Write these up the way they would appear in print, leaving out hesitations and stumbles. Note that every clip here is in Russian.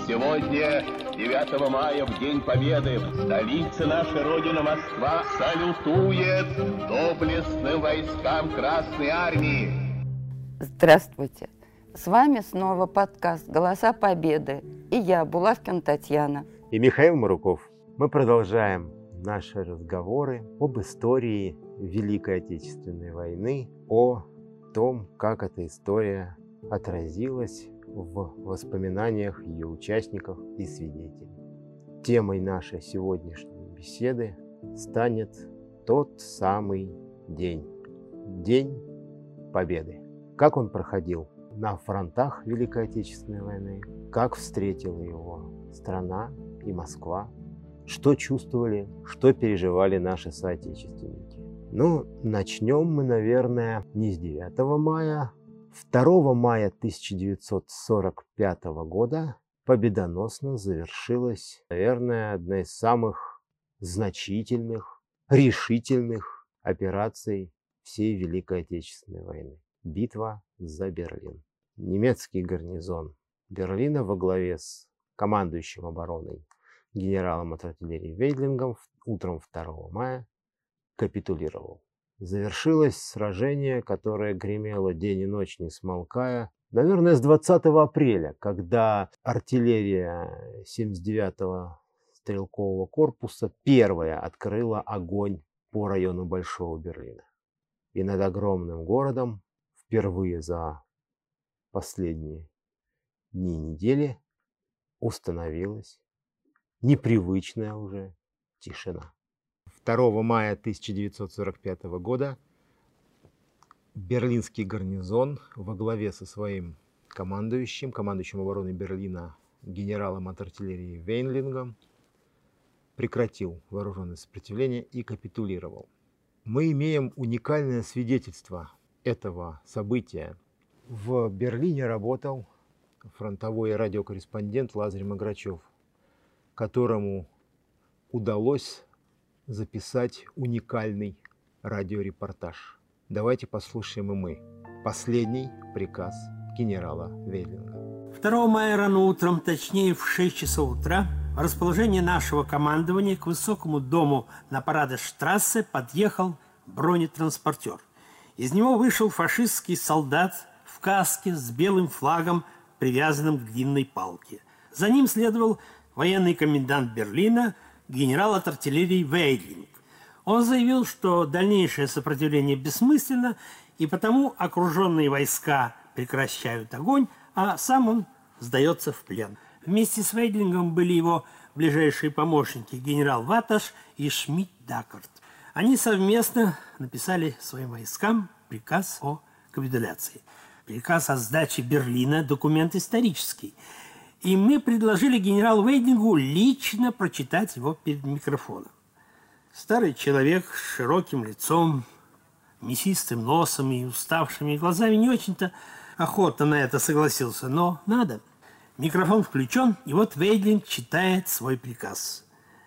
Сегодня, 9 мая, в День Победы, в столице нашей Родины Москва салютует доблестным войскам Красной Армии. Здравствуйте! С вами снова подкаст «Голоса Победы» и я, Булавкина Татьяна. И Михаил Маруков. Мы продолжаем наши разговоры об истории Великой Отечественной войны, о том, как эта история отразилась в воспоминаниях ее участников и свидетелей. Темой нашей сегодняшней беседы станет тот самый день. День Победы. Как он проходил на фронтах Великой Отечественной войны, как встретила его страна и Москва, что чувствовали, что переживали наши соотечественники. Ну, начнем мы, наверное, не с 9 мая. 2 мая 1945 года победоносно завершилась, наверное, одна из самых значительных, решительных операций всей Великой Отечественной войны. Битва за Берлин. Немецкий гарнизон Берлина во главе с командующим обороной генералом от артиллерии Вейдлингом утром 2 мая капитулировал. Завершилось сражение, которое гремело день и ночь, не смолкая, наверное, с 20 апреля, когда артиллерия 79-го стрелкового корпуса первая открыла огонь по району Большого Берлина. И над огромным городом впервые за последние дни и недели установилась непривычная уже тишина. 2 мая 1945 года берлинский гарнизон во главе со своим командующим обороны Берлина генералом от артиллерии Вейнлингом прекратил вооруженное сопротивление и капитулировал. Мы имеем уникальное свидетельство этого события. В Берлине работал фронтовой радиокорреспондент Лазарь Маграчев, которому удалось записать уникальный радиорепортаж. Давайте послушаем и мы последний приказ генерала Вейнлинга. 2 мая рано утром, точнее в 6 часов утра, в расположение нашего командования к высокому дому на Парадештрассе подъехал бронетранспортер. Из него вышел фашистский солдат в каске с белым флагом, привязанным к длинной палке. За ним следовал военный комендант Берлина, генерал от артиллерии Вейдлинг. Он заявил, что дальнейшее сопротивление бессмысленно, и потому окруженные войска прекращают огонь, а сам он сдается в плен. Вместе с Вейдлингом были его ближайшие помощники генерал Ваташ и Шмидт-Даккарт. Они совместно написали своим войскам приказ о капитуляции. Приказ о сдаче Берлина – документ исторический. И мы предложили генералу Вейдлингу лично прочитать его перед микрофоном. Старый человек с широким лицом, мясистым носом и уставшими глазами не очень-то охотно на это согласился, но надо. Микрофон включен, и вот Вейдлинг читает свой приказ.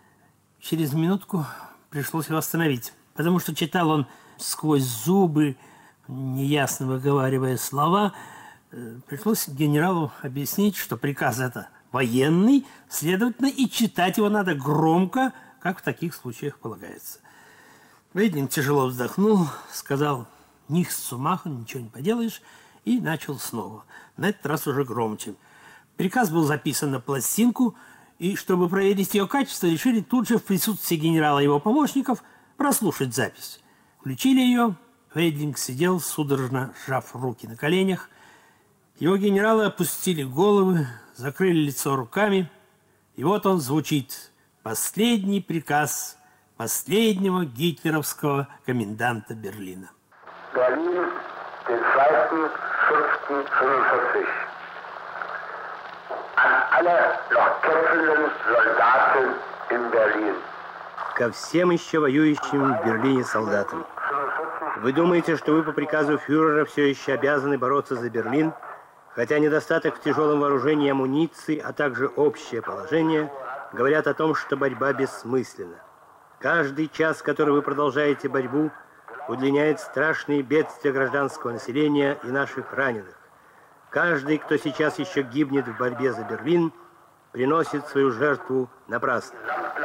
Через минутку пришлось его остановить, потому что читал он сквозь зубы, неясно выговаривая слова. Пришлось генералу объяснить, что приказ это военный, следовательно, и читать его надо громко, как в таких случаях полагается. Вейдлинг тяжело вздохнул, сказал «Нихс цумаху, ничего не поделаешь», и начал снова, на этот раз уже громче. Приказ был записан на пластинку, и, чтобы проверить ее качество, решили тут же в присутствии генерала и его помощников прослушать запись. Включили ее, Вейдлинг сидел, судорожно сжав руки на коленях. Его генералы опустили головы, закрыли лицо руками, и вот он звучит. Последний приказ последнего гитлеровского коменданта Берлина. Берлин, 2.5.45. An alle noch kämpfenden Soldaten in Berlin. Ко всем еще воюющим в Берлине солдатам. Вы думаете, что вы по приказу фюрера все еще обязаны бороться за Берлин, хотя недостаток в тяжелом вооружении и амуниции, а также общее положение говорят о том, что борьба бессмысленна. Каждый час, который вы продолжаете борьбу, удлиняет страшные бедствия гражданского населения и наших раненых. Каждый, кто сейчас еще гибнет в борьбе за Берлин, приносит свою жертву напрасно.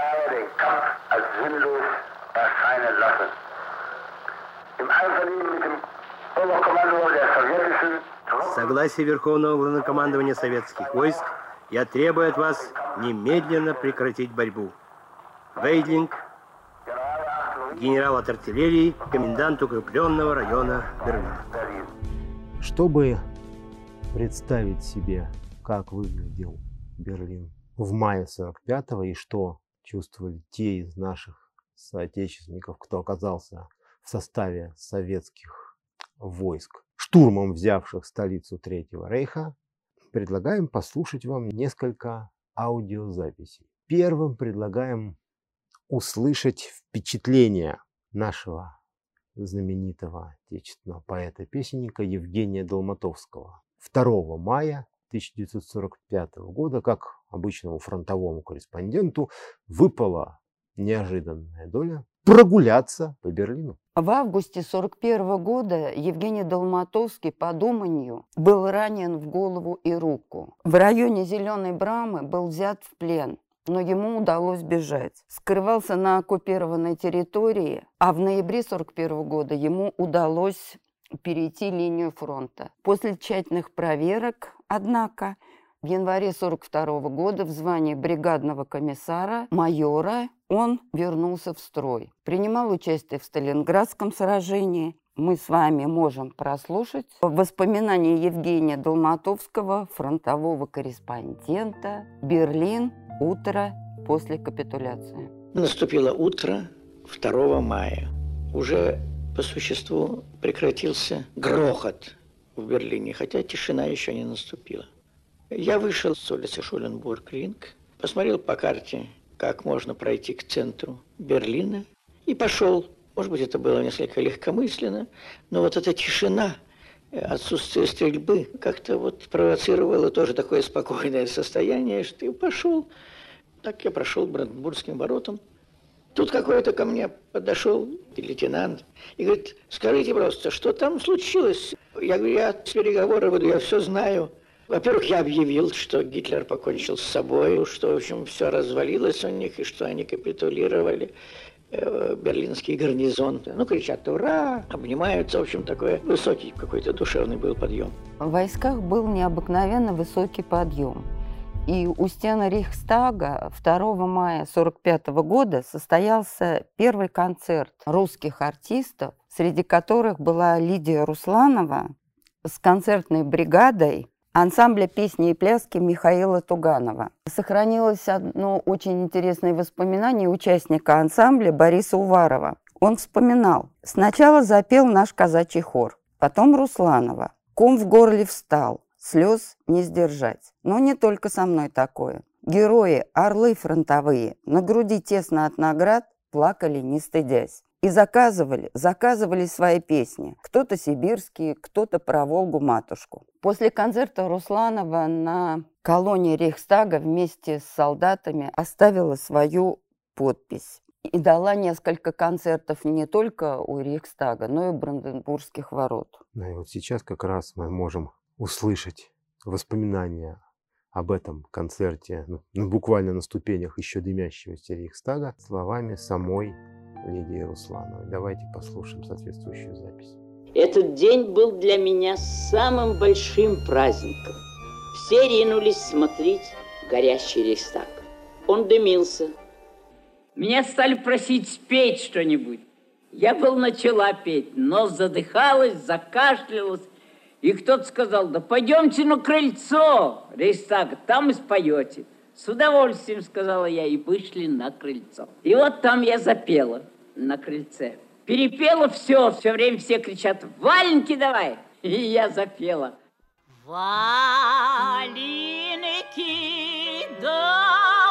С согласия Верховного Главнокомандования советских войск я требую от вас немедленно прекратить борьбу. Вейдлинг, генерал от артиллерии, комендант укрепленного района Берлина. Чтобы представить себе, как выглядел Берлин в мае 45-го и что чувствовали те из наших соотечественников, кто оказался в составе советских войск, штурмом взявших столицу Третьего рейха, предлагаем послушать вам несколько аудиозаписей. Первым предлагаем услышать впечатление нашего знаменитого отечественного поэта-песенника Евгения Долматовского. 2 мая 1945 года, как обычному фронтовому корреспонденту, выпала неожиданная доля прогуляться по Берлину. В августе 1941 года Евгений Долматовский по Думанью был ранен в голову и руку. В районе Зеленой Брамы был взят в плен, но ему удалось бежать. Скрывался на оккупированной территории, а в ноябре 1941 года ему удалось перейти линию фронта. После тщательных проверок, однако, в январе 1942 года в звании бригадного комиссара, майора, он вернулся в строй. Принимал участие в Сталинградском сражении. Мы с вами можем прослушать воспоминания Евгения Долматовского, фронтового корреспондента. Берлин. Утро после капитуляции. Наступило утро 2 мая. Уже по существу прекратился грохот в Берлине, хотя тишина еще не наступила. Я вышел с улицы Шуленбург-Ринг, посмотрел по карте, как можно пройти к центру Берлина, и пошел. Может быть, это было несколько легкомысленно, но вот эта тишина, отсутствие стрельбы как-то вот провоцировало тоже такое спокойное состояние, что и пошел. Так я прошел Бранденбургским воротам. Тут какой-то ко мне подошел лейтенант и говорит: скажите просто, что там случилось? Я говорю: я с переговоров веду, я все знаю. Во-первых, я объявил, что Гитлер покончил с собой, что, в общем, все развалилось у них, и что они капитулировали. Берлинский гарнизон. Ну, кричат «Ура!», обнимаются. В общем, такой высокий какой-то душевный был подъем. В войсках был необыкновенно высокий подъем. И у стен Рейхстага 2 мая 1945 года состоялся первый концерт русских артистов, среди которых была Лидия Русланова с концертной бригадой ансамбля песни и пляски Михаила Туганова. Сохранилось одно очень интересное воспоминание участника ансамбля Бориса Уварова. Он вспоминал: сначала запел наш казачий хор, потом Русланова. Ком в горле встал, слез не сдержать. Но не только со мной такое. Герои, орлы фронтовые, на груди тесно от наград, плакали не стыдясь. И заказывали свои песни. Кто-то сибирские, кто-то про Волгу-матушку. После концерта Русланова на колонне Рейхстага вместе с солдатами оставила свою подпись. И дала несколько концертов не только у Рейхстага, но и у Бранденбургских ворот. Ну и вот сейчас как раз мы можем услышать воспоминания об этом концерте, буквально на ступенях еще дымящегося Рейхстага, словами самой Лидии Руслановой. Давайте послушаем соответствующую запись. Этот день был для меня самым большим праздником. Все ринулись смотреть горящий Рейхстаг. Он дымился. Меня стали просить спеть что-нибудь. Я начала петь, но задыхалась, закашлялась. И кто-то сказал: да пойдемте на крыльцо Рейхстага, там и споете. С удовольствием, сказала я, и вышли на крыльцо. И вот там я запела на крыльце. Перепела все время все кричат: валенки давай! И я запела. Валенки, да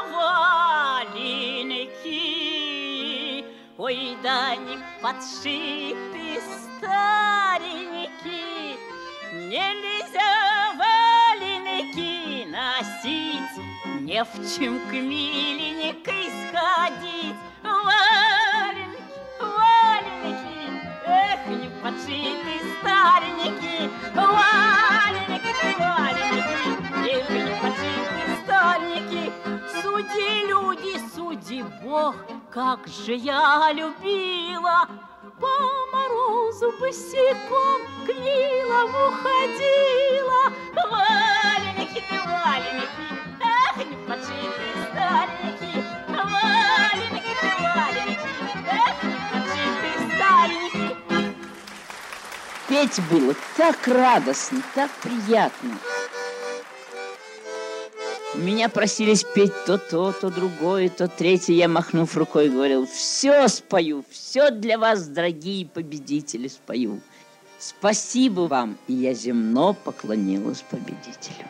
валенки, ой, да не подшиты старенькие, нельзя валенки носить, не в чем к миленькой сходить. Валенки, валенки, эх, не подшиты старенькие, валенки, валенки, эх, не подшиты старенькие, Ох, как же я любила по морозу босиком к вилам уходила. Валеники ты, валеники, ах, не подшитые старенькие. Валеники ты, валеники, ах, не подшитые старенькие. Петь было так радостно, так приятно. Меня просились петь то, то другое, то третье. Я, махнув рукой, говорил: все спою, все для вас, дорогие победители, спою. Спасибо вам. И я земно поклонилась победителю.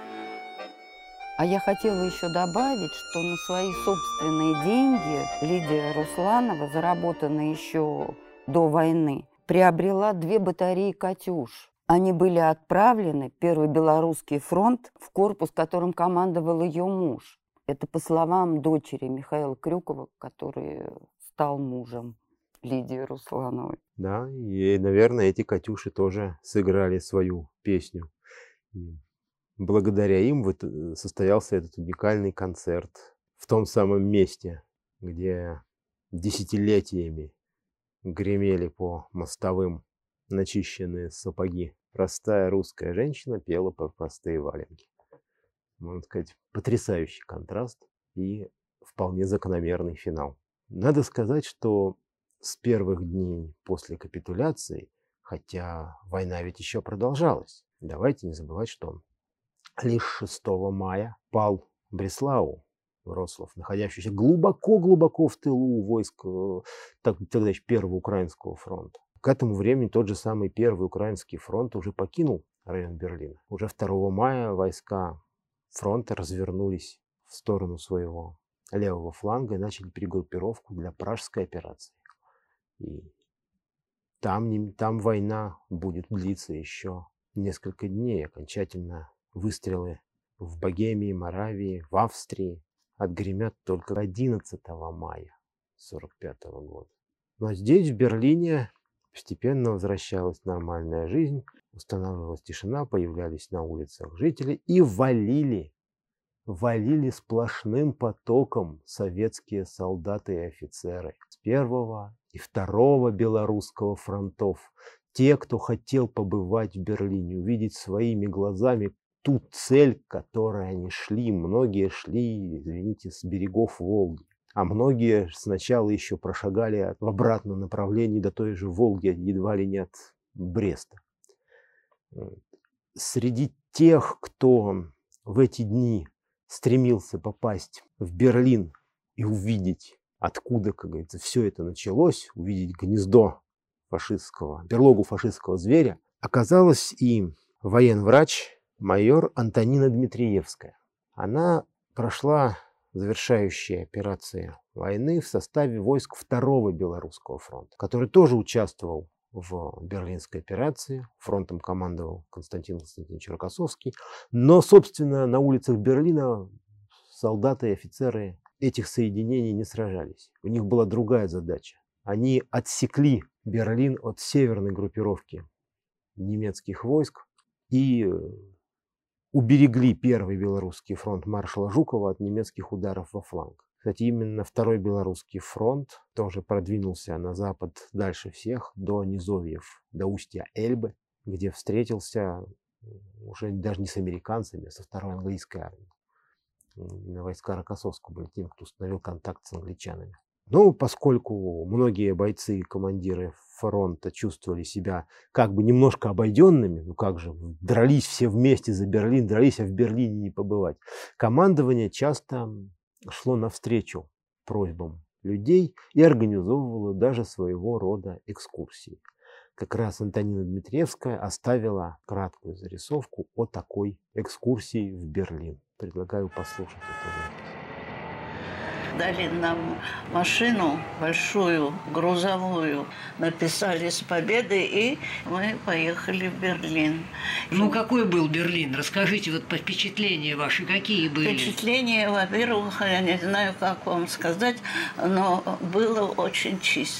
А я хотела еще добавить, что на свои собственные деньги Лидия Русланова, заработанные еще до войны, приобрела 2 батареи «Катюш». Они были отправлены, Первый Белорусский фронт, в корпус, которым командовал ее муж. Это по словам дочери Михаила Крюкова, который стал мужем Лидии Руслановой. Да, и, наверное, эти «Катюши» тоже сыграли свою песню. И благодаря им состоялся этот уникальный концерт в том самом месте, где десятилетиями гремели по мостовым начищенные сапоги. Простая русская женщина пела про простые валенки. Можно сказать, потрясающий контраст и вполне закономерный финал. Надо сказать, что с первых дней после капитуляции, хотя война ведь еще продолжалась, давайте не забывать, что лишь 6 мая пал Бреслау, Вроцлав, находящийся глубоко-глубоко в тылу войск тогда еще Первого Украинского фронта. К этому времени тот же самый Первый Украинский фронт уже покинул район Берлина. Уже 2 мая войска фронта развернулись в сторону своего левого фланга и начали перегруппировку для Пражской операции. И там война будет длиться еще несколько дней. Окончательно выстрелы в Богемии, Моравии, в Австрии отгремят только 11 мая 1945 года. Но здесь, в Берлине, постепенно возвращалась нормальная жизнь, устанавливалась тишина, появлялись на улицах жители и валили сплошным потоком советские солдаты и офицеры с Первого и Второго Белорусского фронтов. Те, кто хотел побывать в Берлине, увидеть своими глазами ту цель, к которой они шли. Многие шли, извините, с берегов Волги. А многие сначала еще прошагали в обратном направлении до той же Волги, едва ли не от Бреста. Среди тех, кто в эти дни стремился попасть в Берлин и увидеть, откуда, как говорится, все это началось, увидеть гнездо берлогу фашистского зверя, оказалась и военврач майор Антонина Дмитриевская. Она прошла завершающие операции войны в составе войск Второго Белорусского фронта, который тоже участвовал в Берлинской операции. Фронтом командовал Константин Константинович Рокоссовский. Но, собственно, на улицах Берлина солдаты и офицеры этих соединений не сражались. У них была другая задача. Они отсекли Берлин от северной группировки немецких войск и уберегли Первый Белорусский фронт маршала Жукова от немецких ударов во фланг. Кстати, именно Второй Белорусский фронт тоже продвинулся на запад дальше всех, до низовьев, до устья Эльбы, где встретился уже даже не с американцами, а со Второй английской армией. Войска Рокоссовского были тем, кто установил контакт с англичанами. Но поскольку многие бойцы и командиры фронта чувствовали себя как бы немножко обойденными, ну как же, дрались все вместе за Берлин, дрались, а в Берлине не побывать, командование часто шло навстречу просьбам людей и организовывало даже своего рода экскурсии. Как раз Антонина Дмитриевская оставила краткую зарисовку о такой экскурсии в Берлин. Предлагаю послушать эту запись. Дали нам машину большую, грузовую, написали «С победой», и мы поехали в Берлин. Ну, какой был Берлин? Расскажите, вот впечатления ваши какие были? Впечатления, во-первых, я не знаю, как вам сказать, но было очень чисто.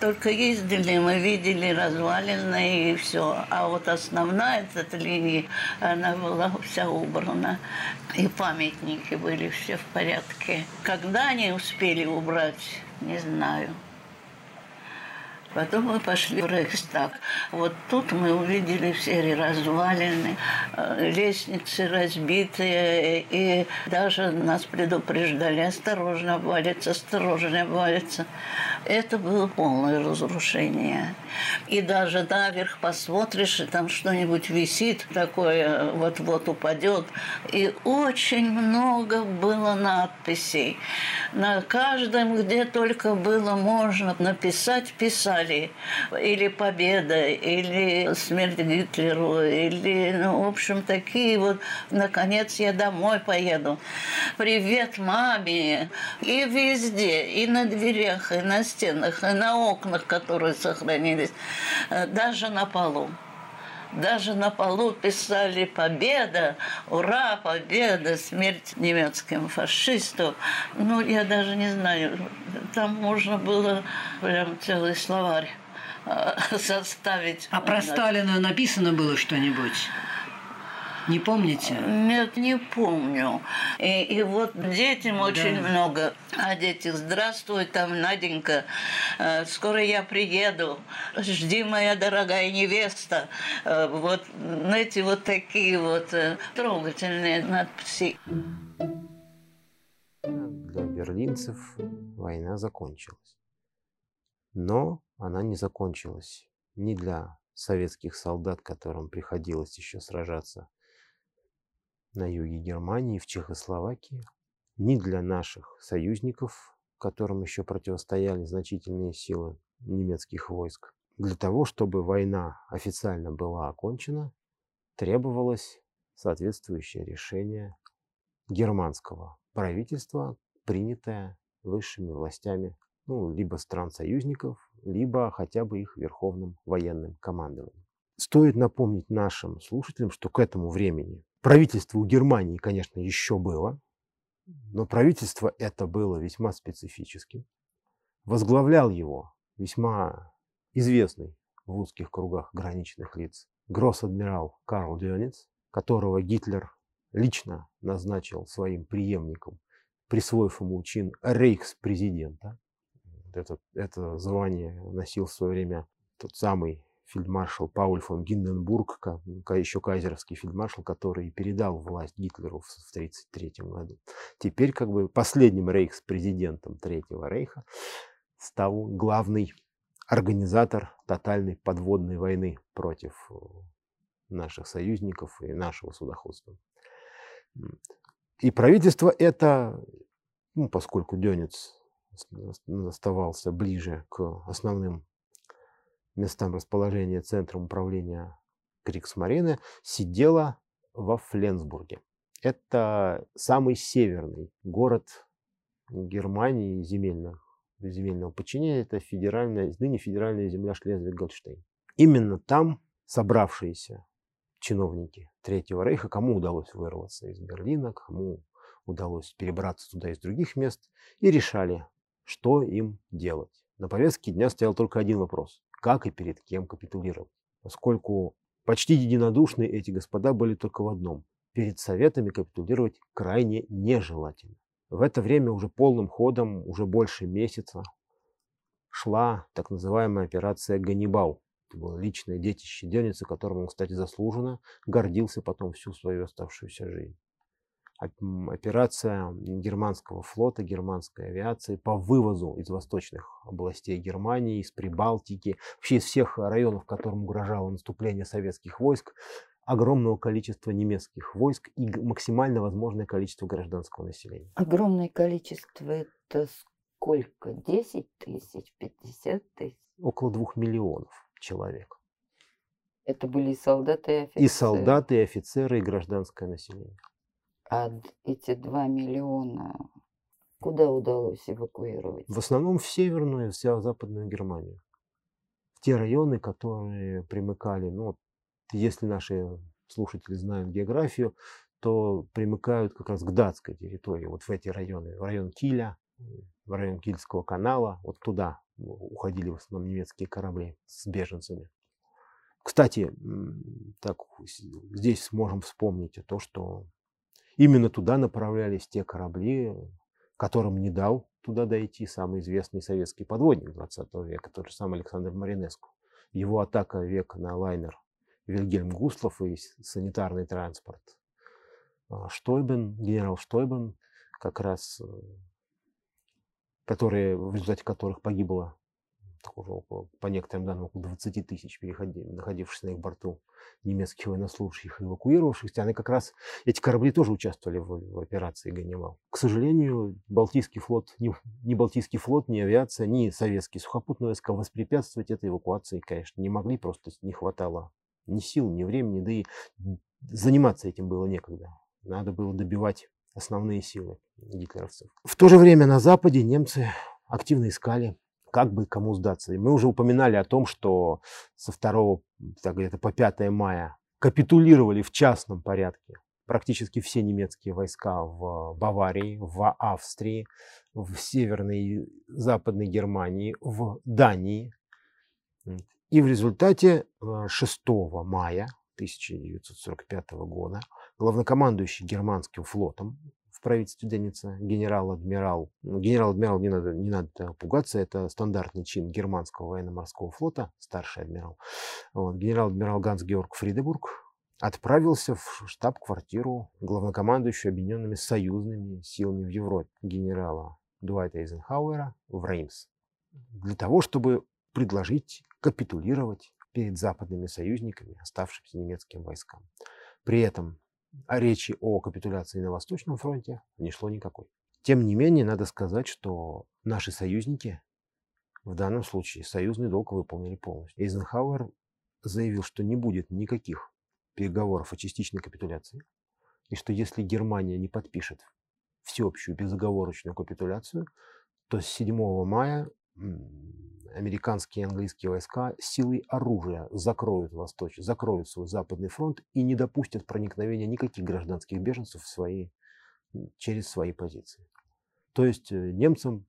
только ездили, мы видели развалины и все. А вот основная эта линия, она была вся убрана. И памятники были все в порядке. Когда они успели убрать, не знаю. Потом мы пошли в Рейхстаг. Вот тут мы увидели все развалины, лестницы разбитые, и даже нас предупреждали: осторожно обвалится, осторожно обвалится. Это было полное разрушение. И даже наверх посмотришь, и там что-нибудь висит такое, вот-вот упадет. И очень много было надписей. На каждом, где только было можно написать, писали. Или победа, или смерть Гитлеру, или, в общем, такие вот, наконец я домой поеду. Привет маме. И везде, и на дверях, и на стенах, и на окнах, которые сохранились, даже на полу. Даже на полу писали «Победа! Ура! Победа! Смерть немецким фашистам!» Ну, я даже не знаю, там можно было прям целый словарь составить. А про Сталина написано было что-нибудь? Не помните? Нет, не помню. И вот детям очень много. А дети: здравствуй, там, Наденька, скоро я приеду. Жди, моя дорогая невеста. Вот, знаете, вот такие вот трогательные надписи. Для берлинцев война закончилась. Но она не закончилась ни для советских солдат, которым приходилось еще сражаться на юге Германии, в Чехословакии, ни для наших союзников, которым еще противостояли значительные силы немецких войск. Для того, чтобы война официально была окончена, требовалось соответствующее решение германского правительства, принятое высшими властями, либо стран-союзников, либо хотя бы их верховным военным командованием. Стоит напомнить нашим слушателям, что к этому времени правительство у Германии, конечно, еще было, но правительство это было весьма специфическим. Возглавлял его весьма известный в узких кругах граничных лиц гросс-адмирал Карл Дёниц, которого Гитлер лично назначил своим преемником, присвоив ему чин рейхспрезидента. Это звание носил в свое время тот самый фельдмаршал Пауль фон Гинденбург, еще кайзеровский фельдмаршал, который передал власть Гитлеру в 1933 году. Теперь последним рейхспрезидентом Третьего рейха стал главный организатор тотальной подводной войны против наших союзников и нашего судоходства. И правительство это, поскольку Дёниц оставался ближе к основным местам расположения центром управления Кригсмарине, сидела во Фленсбурге. Это самый северный город Германии земельного подчинения. Это ныне федеральная земля Шлезвиг-Гольштейн. Именно там собравшиеся чиновники Третьего рейха, кому удалось вырваться из Берлина, кому удалось перебраться туда из других мест, и решали, что им делать. На повестке дня стоял только один вопрос: как и перед кем капитулировать. Поскольку почти единодушны эти господа были только в одном: перед советами капитулировать крайне нежелательно. В это время уже полным ходом, уже больше месяца, шла так называемая операция «Ганнибал». Это было личное детище Дёница, которым он, кстати, заслуженно гордился потом всю свою оставшуюся жизнь. Операция германского флота, германской авиации по вывозу из восточных областей Германии, из Прибалтики, вообще из всех районов, которым угрожало наступление советских войск, огромного количества немецких войск и максимально возможное количество гражданского населения. Огромное количество — это сколько? 10 тысяч, 50 тысяч? Около 2 миллионов человек. Это были и солдаты, и офицеры? И солдаты, и офицеры, и гражданское население. А эти 2 миллиона куда удалось эвакуировать? В основном в северную и в западную Германию. В те районы, которые примыкали, если наши слушатели знают географию, то примыкают как раз к датской территории. Вот в эти районы, в район Киля, в район Кильского канала. Вот туда уходили в основном немецкие корабли с беженцами. Кстати, так, здесь можем вспомнить то, что именно туда направлялись те корабли, которым не дал туда дойти самый известный советский подводник 20 века, тот же самый Александр Маринеску. Его атака века на лайнер Вильгельм Густлов и санитарный транспорт Штойбен, генерал Штойбен, как раз, в результате которых погибло по некоторым данным около 20 тысяч находившихся на их борту немецких военнослужащих и эвакуировавшихся, эти корабли тоже участвовали в операции «Ганнибал». К сожалению, Балтийский флот, ни Балтийский флот, ни авиация, ни советские сухопутные войска воспрепятствовать этой эвакуации, конечно, не могли, просто не хватало ни сил, ни времени, да и заниматься этим было некогда. Надо было добивать основные силы гитлеровцев. В то же время на Западе немцы активно искали, как бы кому сдаться. И мы уже упоминали о том, что со 2 где-то по 5 мая капитулировали в частном порядке практически все немецкие войска в Баварии, в Австрии, в Северной и Западной Германии, в Дании. И в результате 6 мая 1945 года главнокомандующий германским флотом в правительстве Денница генерал-адмирал, не надо пугаться, это стандартный чин германского военно-морского флота, старший адмирал, генерал-адмирал Ганс-Георг Фридебург отправился в штаб-квартиру главнокомандующего объединенными союзными силами в Европе генерала Дуайта Эйзенхауэра в Реймс для того, чтобы предложить капитулировать перед западными союзниками, оставшимся немецким войскам. При этом речи о капитуляции на Восточном фронте не шло никакой. Тем не менее, надо сказать, что наши союзники в данном случае союзный долг выполнили полностью. Эйзенхауэр заявил, что не будет никаких переговоров о частичной капитуляции, и что если Германия не подпишет всеобщую безоговорочную капитуляцию, то с 7 мая американские и английские войска силой оружия закроют свой западный фронт и не допустят проникновения никаких гражданских беженцев через свои позиции. То есть немцам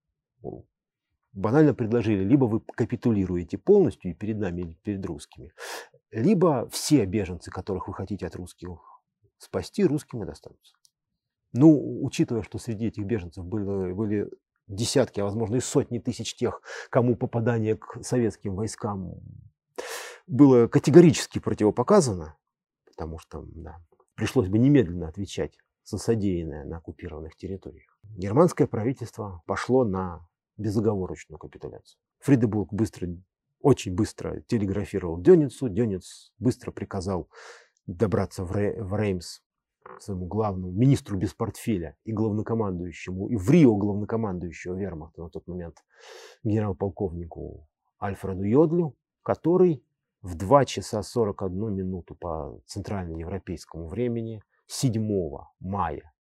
банально предложили: либо вы капитулируете полностью и перед нами, или перед русскими, либо все беженцы, которых вы хотите от русских спасти, русским и достанутся. Учитывая, что среди этих беженцев были десятки, а возможно и сотни тысяч тех, кому попадание к советским войскам было категорически противопоказано, потому что пришлось бы немедленно отвечать за содеянное на оккупированных территориях. Германское правительство пошло на безоговорочную капитуляцию. Фридебург очень быстро телеграфировал Дёницу. Дёниц быстро приказал добраться в Реймс своему главному министру без портфеля и главнокомандующему, и в Рио главнокомандующего вермахта на тот момент генерал-полковнику Альфреду Йодлю, который в 2 часа 41 минуту по центральноевропейскому времени 7 мая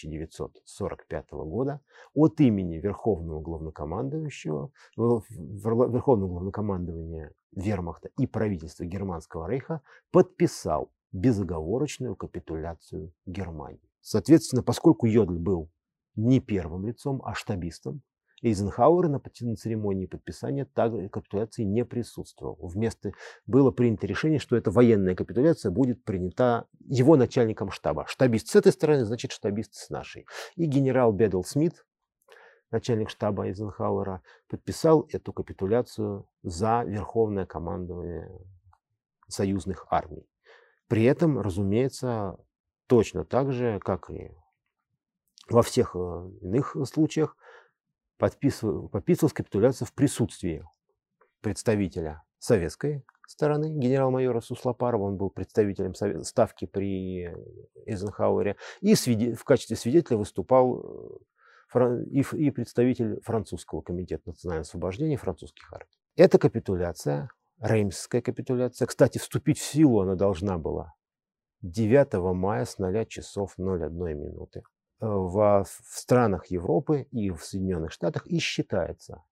1945 года от имени Верховного главнокомандующего, Верховного главнокомандования вермахта и правительства Германского рейха подписал безоговорочную капитуляцию Германии. Соответственно, поскольку Йодль был не первым лицом, а штабистом, Эйзенхауэр на церемонии подписания капитуляции не присутствовал. Было принято решение, что эта военная капитуляция будет принята его начальником штаба. Штабист с этой стороны, значит штабист с нашей. И генерал Бедл Смит, начальник штаба Эйзенхауэра, подписал эту капитуляцию за верховное командование союзных армий. При этом, разумеется, точно так же, как и во всех иных случаях, подписывалась капитуляция в присутствии представителя советской стороны, генерал-майора Суслопарова, он был представителем ставки при Эйзенхауэре, и в качестве свидетеля выступал и представитель французского комитета национального освобождения французских армий. Эта капитуляция, Реймсская капитуляция, кстати, вступить в силу она должна была 9 мая с 0 часов 01 минуты. В странах Европы и в Соединенных Штатах и считается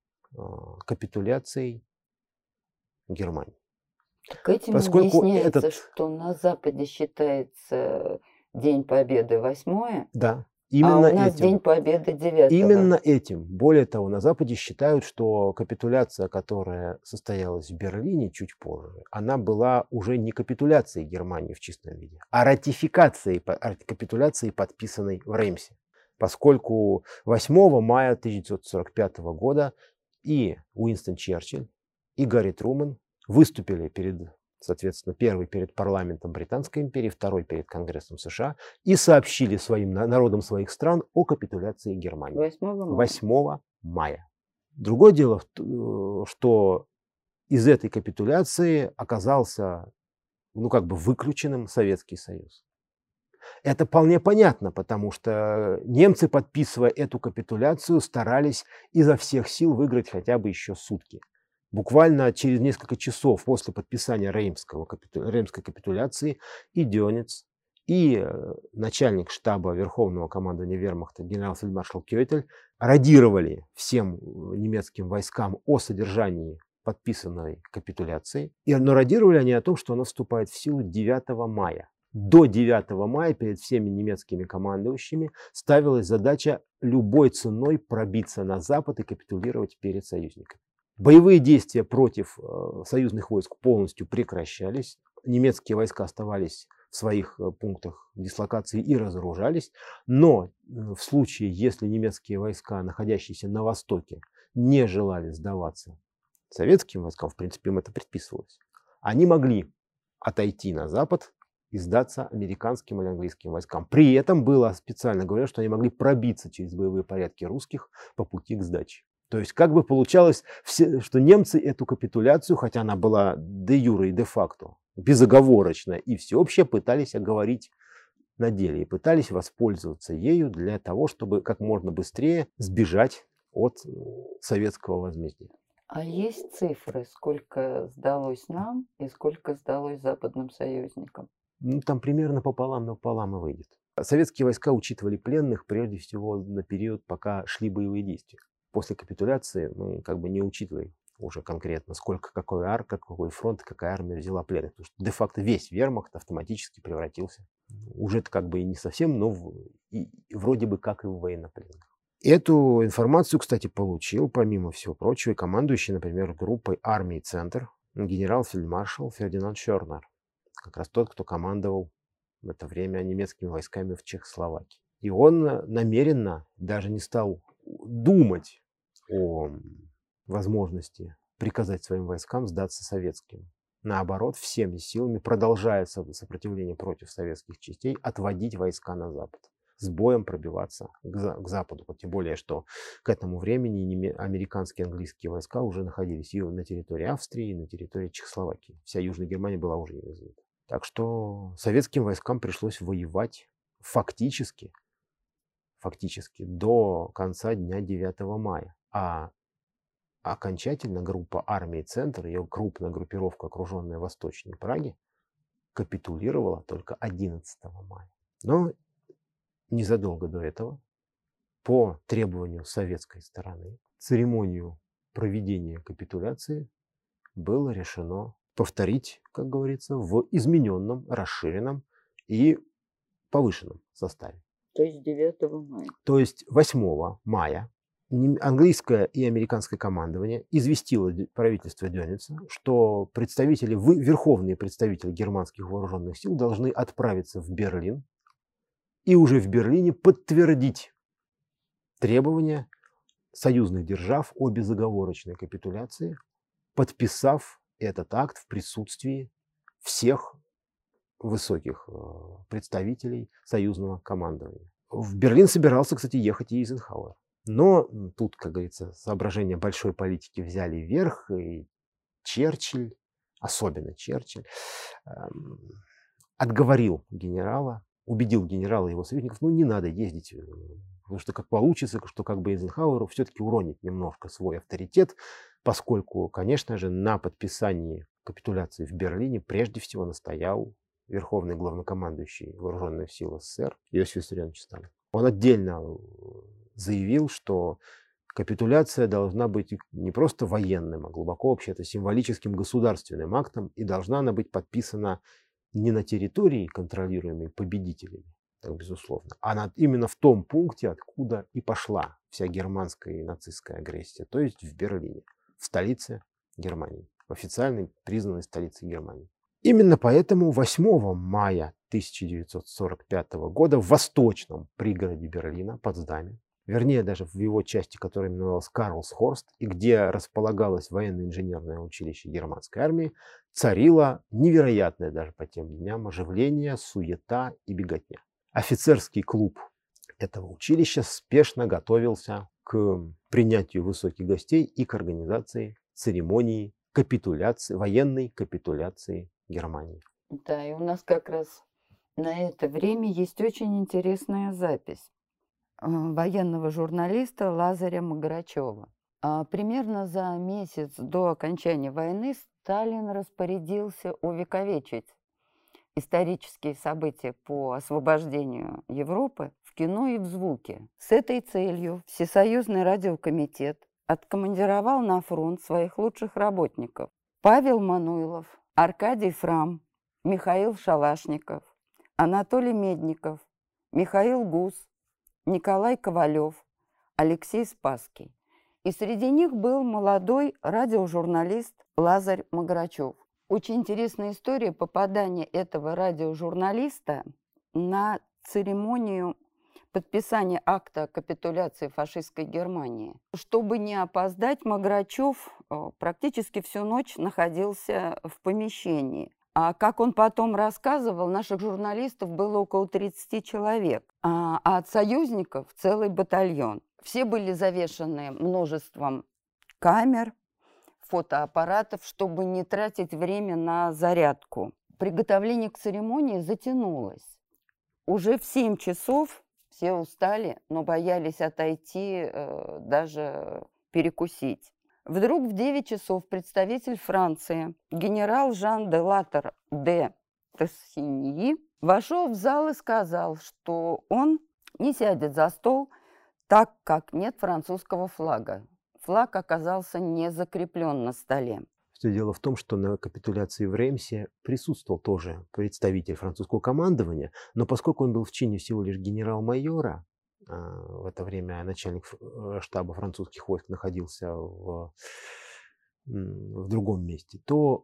капитуляцией Германии. Так этим объясняется, что на Западе считается День Победы 8 Да. Именно у нас этим. День Победы 9-го. Именно этим. Более того, на Западе считают, что капитуляция, которая состоялась в Берлине чуть позже, она была уже не капитуляцией Германии в чистом виде, а ратификацией капитуляции, подписанной в Реймсе. Поскольку 8 мая 1945 года и Уинстон Черчилль, и Гарри Трумэн выступили перед, соответственно, первый перед парламентом Британской империи, второй перед Конгрессом США и сообщили своим народам своих стран о капитуляции Германии. 8 мая. Другое дело, что из этой капитуляции оказался, выключенным Советский Союз. Это вполне понятно, потому что немцы, подписывая эту капитуляцию, старались изо всех сил выиграть хотя бы еще сутки. Буквально через несколько часов после подписания Реймской капитуляции и Дёнец, и начальник штаба Верховного командования вермахта генерал-фельдмаршал Кётель радировали всем немецким войскам о содержании подписанной капитуляции. Но радировали они о том, что она вступает в силу 9 мая. До 9 мая перед всеми немецкими командующими ставилась задача любой ценой пробиться на Запад и капитулировать перед союзниками. Боевые действия против союзных войск полностью прекращались. Немецкие войска оставались в своих пунктах дислокации и разоружались. Но в случае, если немецкие войска, находящиеся на востоке, не желали сдаваться советским войскам, в принципе, им это предписывалось, они могли отойти на запад и сдаться американским или английским войскам. При этом было специально говорено, что они могли пробиться через боевые порядки русских по пути к сдаче. То есть получалось, что немцы эту капитуляцию, хотя она была де юре и де факто, безоговорочно и всеобщая, пытались оговорить на деле и пытались воспользоваться ею для того, чтобы как можно быстрее сбежать от советского возмездия. А есть цифры, сколько сдалось нам и сколько сдалось западным союзникам? Там примерно пополам и выйдет. Советские войска учитывали пленных прежде всего на период, пока шли боевые действия. После капитуляции мы не учитывали уже конкретно, какой фронт, какая армия взяла пленных. Потому что де-факто весь вермахт автоматически превратился. Уже и не совсем, но вроде бы как и в военнопленных. Эту информацию, кстати, получил, помимо всего прочего, и командующий, например, группой армии «Центр» генерал-фельдмаршал Фердинанд Шёрнер. Как раз тот, кто командовал в это время немецкими войсками в Чехословакии. И он намеренно даже не стал думать о возможности приказать своим войскам сдаться советским. Наоборот, всеми силами, продолжая сопротивление против советских частей, отводить войска на запад, с боем пробиваться к западу. Тем более, что к этому времени американские и английские войска уже находились и на территории Австрии, и на территории Чехословакии. Вся Южная Германия была уже не развита. Так что советским войскам пришлось воевать фактически до конца дня 9 мая. А окончательно группа армии «Центр», ее крупная группировка, окруженная восточнее Праги, капитулировала только 11 мая. Но незадолго до этого, по требованию советской стороны, церемонию проведения капитуляции было решено повторить, как говорится, в измененном, расширенном и повышенном составе. То есть 9 мая. То есть 8 мая английское и американское командование известило правительство Дёница, что верховные представители германских вооруженных сил должны отправиться в Берлин и уже в Берлине подтвердить требования союзных держав о безоговорочной капитуляции, подписав этот акт в присутствии всех высоких представителей союзного командования. В Берлин собирался, кстати, ехать и Эйзенхауэр. Но тут, как говорится, соображения большой политики взяли верх, и Черчилль, особенно Черчилль, отговорил генерала, убедил генерала и его советников, не надо ездить, потому что как получится, что Эйзенхауэру все-таки уронит немножко свой авторитет, поскольку, конечно же, на подписании капитуляции в Берлине прежде всего настоял верховный главнокомандующий Вооруженных сил СССР Иосиф Виссарионович Сталин. Он отдельно заявил, что капитуляция должна быть не просто военным, а глубоко вообще-то символическим государственным актом, и должна она быть подписана не на территории, контролируемой победителями, так безусловно, а именно в том пункте, откуда и пошла вся германская и нацистская агрессия, то есть в Берлине, в столице Германии, в официальной признанной столице Германии. Именно поэтому 8 мая 1945 года в восточном пригороде Берлина, Потсдаме, вернее даже в его части, которая именовалась Карлсхорст, и где располагалось военно-инженерное училище германской армии, царило невероятное даже по тем дням оживление, суета и беготня. Офицерский клуб этого училища спешно готовился к принятию высоких гостей и к организации церемонии капитуляции, военной капитуляции Германии. Да, и у нас как раз на это время есть очень интересная запись военного журналиста Лазаря Маграчева. Примерно за месяц до окончания войны Сталин распорядился увековечить исторические события по освобождению Европы в кино и в звуке. С этой целью Всесоюзный радиокомитет откомандировал на фронт своих лучших работников: Павел Мануйлов, Аркадий Фрам, Михаил Шалашников, Анатолий Медников, Михаил Гус, Николай Ковалев, Алексей Спасский. И среди них был молодой радиожурналист Лазарь Маграчев. Очень интересная история попадания этого радиожурналиста на церемонию подписания акта капитуляции фашистской Германии. Чтобы не опоздать, Маграчев практически всю ночь находился в помещении. А как он потом рассказывал, наших журналистов было около 30 человек, а от союзников целый батальон. Все были завешаны множеством камер, фотоаппаратов, чтобы не тратить время на зарядку. Приготовление к церемонии затянулось. Уже в 7 часов все устали, но боялись отойти, даже перекусить. Вдруг в 9 часов представитель Франции, генерал Жан де Латер де Тессиньи, вошел в зал и сказал, что он не сядет за стол, так как нет французского флага. Флаг оказался не закреплен на столе. Все дело в том, что на капитуляции в Реймсе присутствовал тоже представитель французского командования, но поскольку он был в чине всего лишь генерал-майора, в это время начальник штаба французских войск находился в другом месте, то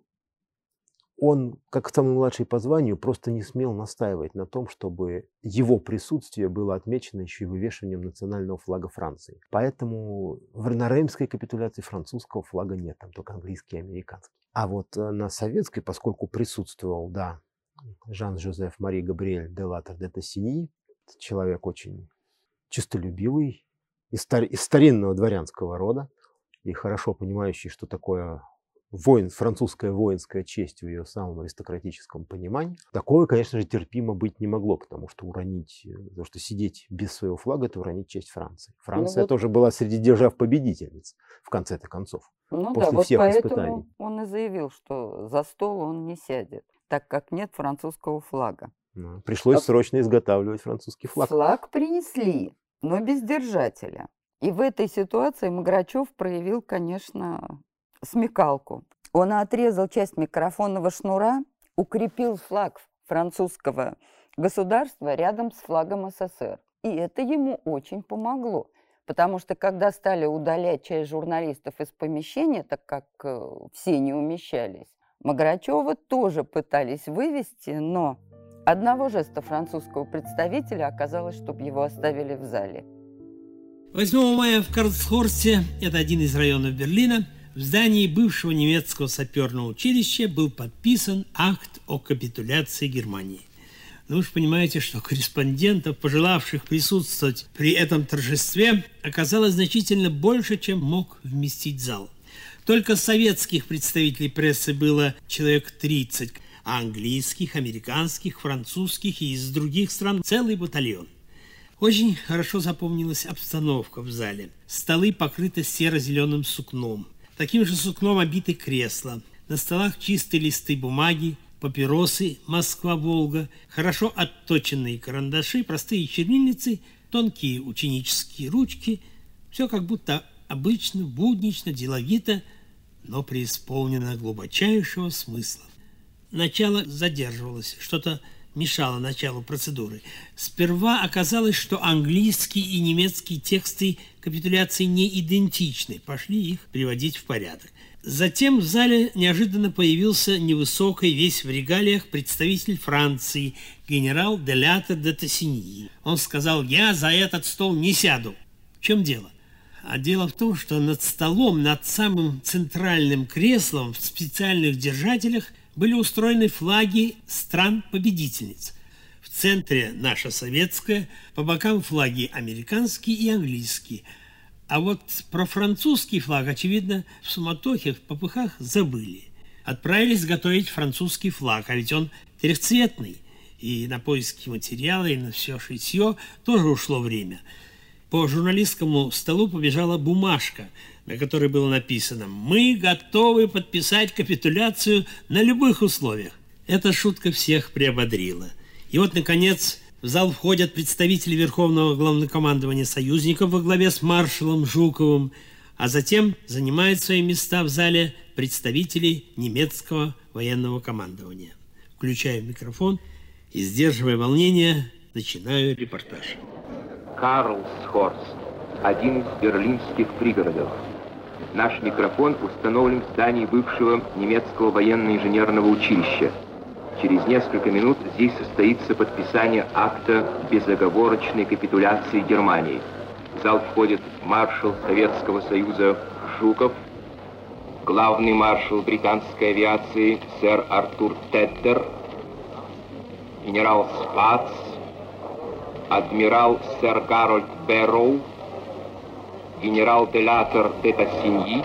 он, как самый младший по званию, просто не смел настаивать на том, чтобы его присутствие было отмечено еще и вывешиванием национального флага Франции. Поэтому на Реймской капитуляции французского флага нет, там только английский и американский. А вот на советской, поскольку присутствовал, да, Жан-Жозеф Мари Габриэль де Латер де Тессиньи, человек очень честолюбивый, из старинного дворянского рода, и хорошо понимающий, что такое французская воинская честь в ее самом аристократическом понимании. Такое, конечно же, терпимо быть не могло, потому что сидеть без своего флага – это уронить честь Франции. Франция тоже была среди держав-победительниц, в конце-то концов, после всех испытаний. Он и заявил, что за стол он не сядет, так как нет французского флага. Пришлось срочно изготавливать французский флаг. Флаг принесли, но без держателя. И в этой ситуации Маграчев проявил, конечно, смекалку. Он отрезал часть микрофонного шнура, укрепил флаг французского государства рядом с флагом СССР. И это ему очень помогло, потому что когда стали удалять часть журналистов из помещения, так как все не умещались, Маграчева тоже пытались вывести, но одного жеста французского представителя оказалось, чтобы его оставили в зале. 8 мая в Карлсхорсте, это один из районов Берлина, в здании бывшего немецкого саперного училища был подписан акт о капитуляции Германии. Но вы же понимаете, что корреспондентов, пожелавших присутствовать при этом торжестве, оказалось значительно больше, чем мог вместить зал. Только советских представителей прессы было человек 30, а английских, американских, французских и из других стран целый батальон. Очень хорошо запомнилась обстановка в зале. Столы покрыты серо-зеленым сукном. Таким же сукном обиты кресла. На столах чистые листы бумаги, папиросы «Москва-Волга», хорошо отточенные карандаши, простые чернильницы, тонкие ученические ручки. Все как будто обычно, буднично, деловито, но преисполнено глубочайшего смысла. Начало задерживалось, что-то мешало началу процедуры. Сперва оказалось, что английские и немецкие тексты капитуляции не идентичны. Пошли их приводить в порядок. Затем в зале неожиданно появился невысокий, весь в регалиях, представитель Франции, генерал де Лятте де Тассиньи. Он сказал: «Я за этот стол не сяду». В чем дело? А дело в том, что над столом, над самым центральным креслом в специальных держателях были устроены флаги стран-победительниц. В центре наша советская, по бокам флаги американские и английские. А вот про французский флаг, очевидно, в суматохе, в попыхах забыли. Отправились готовить французский флаг, а ведь он трехцветный. И на поиски материала, и на все шитье тоже ушло время. По журналистскому столу побежала бумажка, на которой было написано: «Мы готовы подписать капитуляцию на любых условиях». Эта шутка всех приободрила. И вот, наконец, в зал входят представители Верховного Главнокомандования союзников во главе с маршалом Жуковым, а затем занимают свои места в зале представители немецкого военного командования. Включаю микрофон и, сдерживая волнение, начинаю репортаж. Карлсхорст, один из берлинских пригородов. Наш микрофон установлен в здании бывшего немецкого военно-инженерного училища. Через несколько минут здесь состоится подписание акта безоговорочной капитуляции Германии. В зал входит маршал Советского Союза Жуков, главный маршал британской авиации сэр Артур Теддер, генерал Спац, адмирал сэр Гарольд Бэрроу, генерал де Латтер де Тассиньи,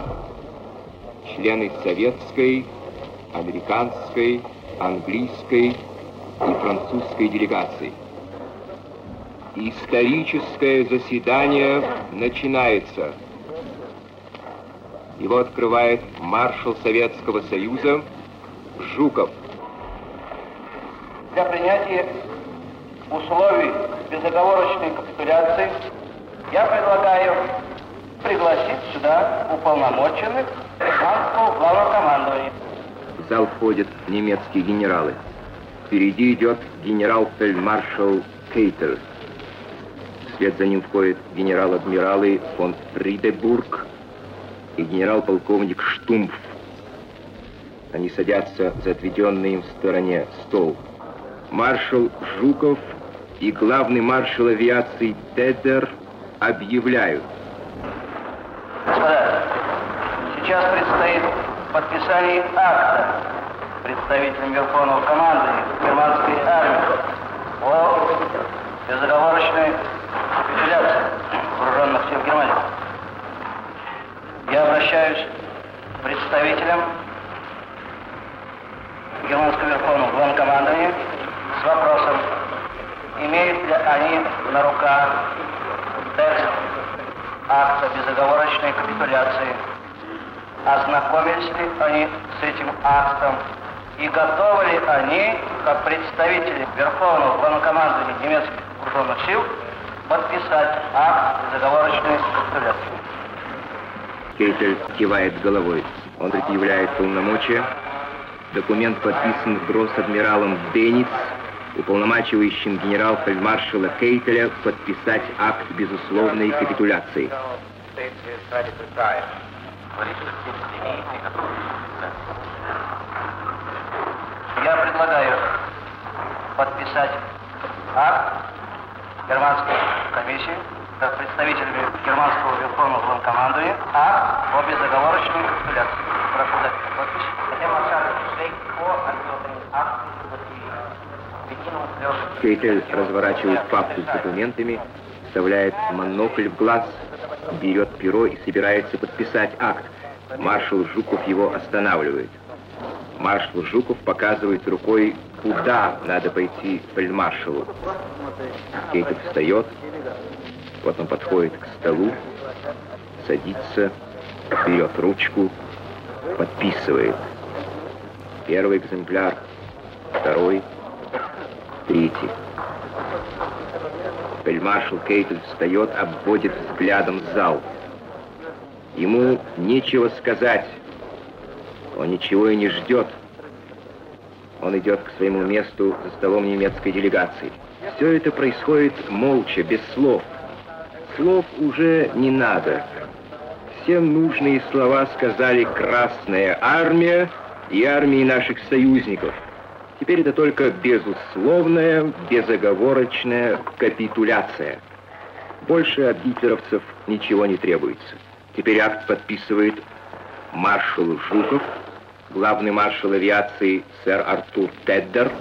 члены советской, американской, английской и французской делегаций. Историческое заседание начинается. Его открывает маршал Советского Союза Жуков. Для принятия условий безоговорочной капитуляции я предлагаю пригласить сюда уполномоченных германского главного командования. В зал входят немецкие генералы. Впереди идет генерал-фельдмаршал Кейтель. Вслед за ним входят генерал-адмиралы фон Фридебург и генерал-полковник Штумф. Они садятся за отведенный им в стороне стол. Маршал Жуков и главный маршал авиации Теддер объявляют. Господа, сейчас предстоит подписание акта представителям Верховного командования германской армии о безоговорочной капитуляции вооруженных сил Германии. Я обращаюсь к представителям Германского Верховного Главнокомандования с вопросом, имеют ли они на руках текст акта безоговорочной капитуляции, ознакомились ли они с этим актом и готовы ли они, как представители Верховного Главнокомандования немецких вооруженных сил, подписать акт безоговорочной капитуляции. Кейтель кивает головой. Он предъявляет полномочия. Документ подписан гросс-адмиралом Бениц, уполномачивающим генерал-фельдмаршала Кейтеля подписать акт безусловной капитуляции. Я предлагаю подписать акт германской комиссии, как представителями германского Верховного Главнокомандования, акт о безоговорочной капитуляции. Прошу дать подпись. Кейтель разворачивает папку с документами, вставляет монокль в глаз, берет перо и собирается подписать акт. Маршал Жуков его останавливает. Маршал Жуков показывает рукой, куда надо пойти фельдмаршалу. Кейтель встает, вот он подходит к столу, садится, берет ручку, подписывает. Первый экземпляр, второй, третий. Фельдмаршал Кейтель встает, обводит взглядом зал. Ему нечего сказать. Он ничего и не ждет. Он идет к своему месту за столом немецкой делегации. Все это происходит молча, без слов. Слов уже не надо. Все нужные слова сказали Красная Армия и армии наших союзников. Теперь это только безусловная, безоговорочная капитуляция. Больше от гитлеровцев ничего не требуется. Теперь акт подписывает маршал Жуков, главный маршал авиации сэр Артур Теддер,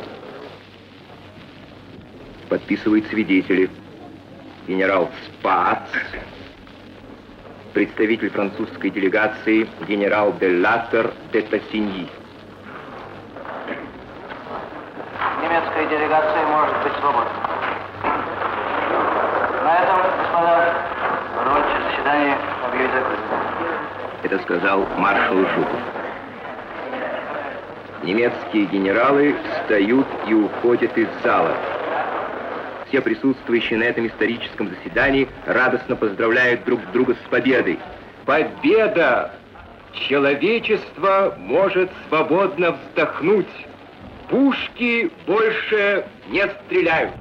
подписывают свидетели генерал Спац, представитель французской делегации генерал де Лассер де Тассиньи. Немецкая делегация может быть свободна. На этом, господа, рабочее заседание объявить закрытым. Это сказал маршал Жуков. Немецкие генералы встают и уходят из зала. Все присутствующие на этом историческом заседании радостно поздравляют друг друга с победой. Победа! Человечество может свободно вздохнуть. Пушки больше не стреляют.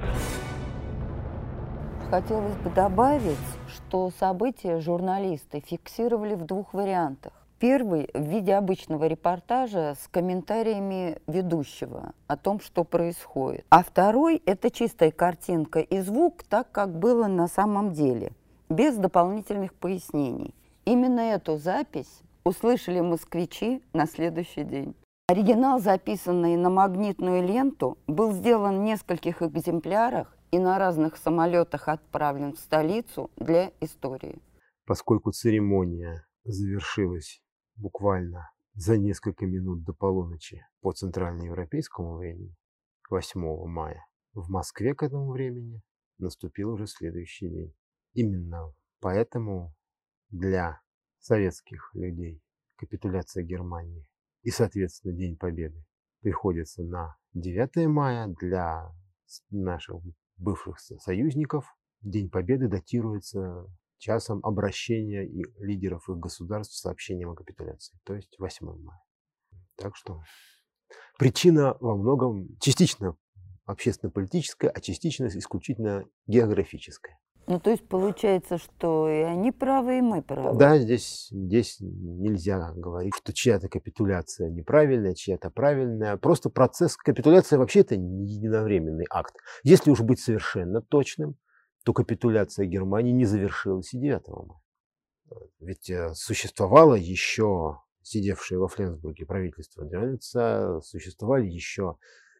Хотелось бы добавить, что события журналисты фиксировали в двух вариантах. Первый в виде обычного репортажа с комментариями ведущего о том, что происходит. А второй – это чистая картинка и звук, так как было на самом деле, без дополнительных пояснений. Именно эту запись услышали москвичи на следующий день. Оригинал, записанный на магнитную ленту, был сделан в нескольких экземплярах и на разных самолетах отправлен в столицу для истории. Поскольку церемония завершилась буквально за несколько минут до полуночи по центральноевропейскому времени, 8 мая, в Москве к этому времени наступил уже следующий день. Именно поэтому для советских людей капитуляция Германии и, соответственно, День Победы приходится на 9 мая. Для наших бывших союзников День Победы датируется часом обращения и лидеров их государств с сообщением о капитуляции, то есть 8 мая. Так что причина во многом частично общественно-политическая, а частично исключительно географическая. Ну, то есть получается, что и они правы, и мы правы. Да, здесь нельзя говорить, что чья-то капитуляция неправильная, чья-то правильная. Просто процесс капитуляции вообще это не единовременный акт. Если уж быть совершенно точным, то капитуляция Германии не завершилась и 9 мая. Ведь существовало еще, сидевшее во Фленсбурге правительство Дённица, существовали еще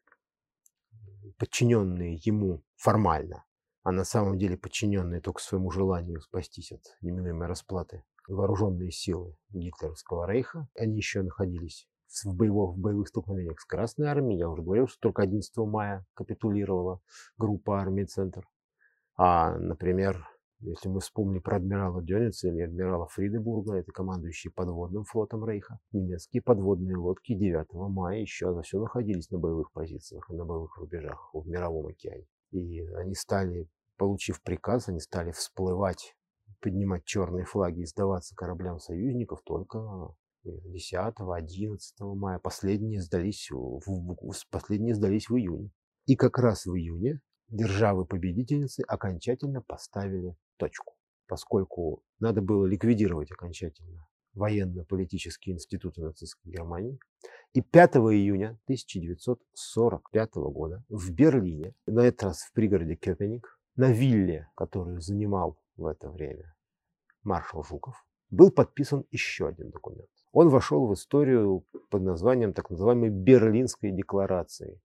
подчиненные ему формально, а на самом деле подчиненные только своему желанию спастись от неминуемой расплаты, вооруженные силы гитлеровского рейха. Они еще находились в боевых столкновениях с Красной армией. Я уже говорил, что только 11 мая капитулировала группа армий «Центр». А, например, если мы вспомним про адмирала Дёница или адмирала Фридебурга, это командующие подводным флотом рейха, немецкие подводные лодки 9 мая еще все находились на боевых позициях и на боевых рубежах в Мировом океане. И они стали, получив приказ, они стали всплывать, поднимать черные флаги и сдаваться кораблям союзников только 10-11 мая. Последние сдались в июне. И как раз в июне державы-победительницы окончательно поставили точку, поскольку надо было ликвидировать окончательно военно-политические институты нацистской Германии. И 5 июня 1945 года в Берлине, на этот раз в пригороде Кёпеник, на вилле, которую занимал в это время маршал Жуков, был подписан еще один документ. Он вошел в историю под названием так называемой Берлинской декларации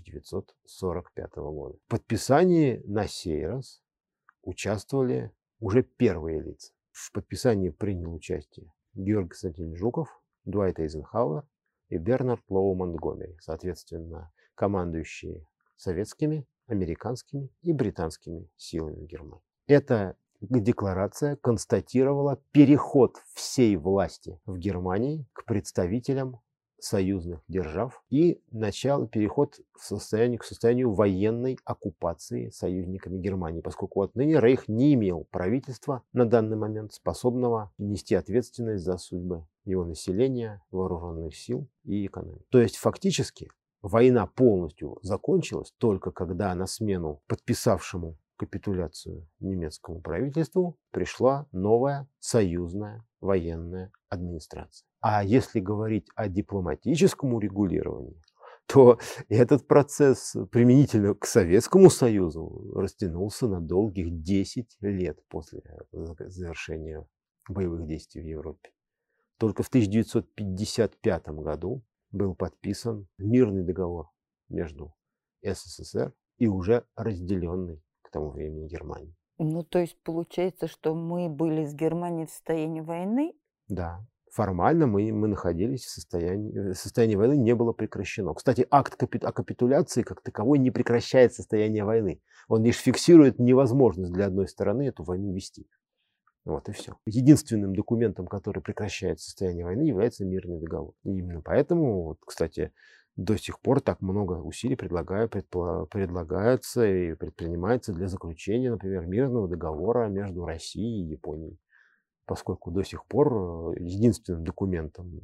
1945 года. В подписании на сей раз участвовали уже первые лица. В подписании принял участие Георгий Константинович Жуков, Дуайт Эйзенхауэр и Бернард Лоу Монтгомери, соответственно, командующие советскими, американскими и британскими силами Германии. Эта декларация констатировала переход всей власти в Германии к представителям союзных держав и переход к состоянию военной оккупации союзниками Германии, поскольку отныне Рейх не имел правительства на данный момент, способного нести ответственность за судьбы его населения, вооруженных сил и экономики. То есть фактически война полностью закончилась только когда на смену подписавшему капитуляцию немецкому правительству пришла новая союзная военная администрация. А если говорить о дипломатическом урегулировании, то этот процесс применительно к Советскому Союзу растянулся на долгих 10 лет после завершения боевых действий в Европе. Только в 1955 году был подписан мирный договор между СССР и уже разделенной к тому времени Германией. Ну, то есть получается, что мы были с Германией в состоянии войны? Да. Формально мы находились в состоянии войны не было прекращено. Кстати, акт о капитуляции как таковой не прекращает состояние войны. Он лишь фиксирует невозможность для одной стороны эту войну вести. Вот и все. Единственным документом, который прекращает состояние войны, является мирный договор. И именно поэтому, вот, кстати, до сих пор так много усилий предлагается и предпринимается для заключения, например, мирного договора между Россией и Японией. Поскольку до сих пор единственным документом,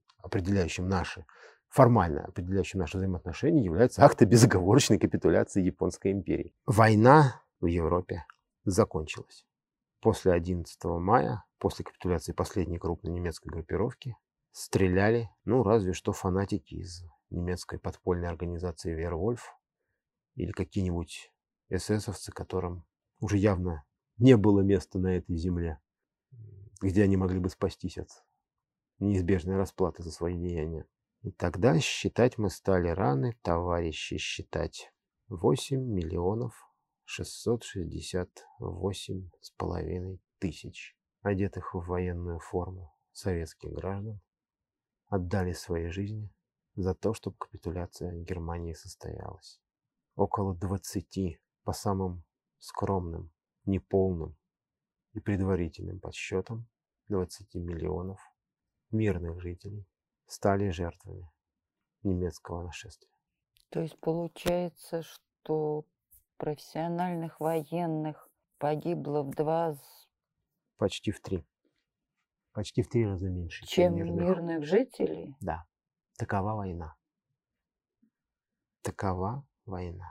формально определяющим наши взаимоотношения, является акт о безоговорочной капитуляции Японской империи. Война в Европе закончилась. После 11 мая, после капитуляции последней крупной немецкой группировки, стреляли, разве что фанатики из немецкой подпольной организации Вервольф или какие-нибудь эсэсовцы, которым уже явно не было места на этой земле, где они могли бы спастись от неизбежной расплаты за свои деяния. И тогда считать мы стали раны, товарищи, считать 8 668,5 тысяч одетых в военную форму советских граждан отдали свои жизни за то, чтобы капитуляция Германии состоялась. Около 20, по самым скромным, неполным и предварительным подсчетам, 20 миллионов мирных жителей стали жертвами немецкого нашествия. То есть получается, что профессиональных военных погибло почти в 3 раза меньше, чем мирных жителей? Да. Такова война. Такова война.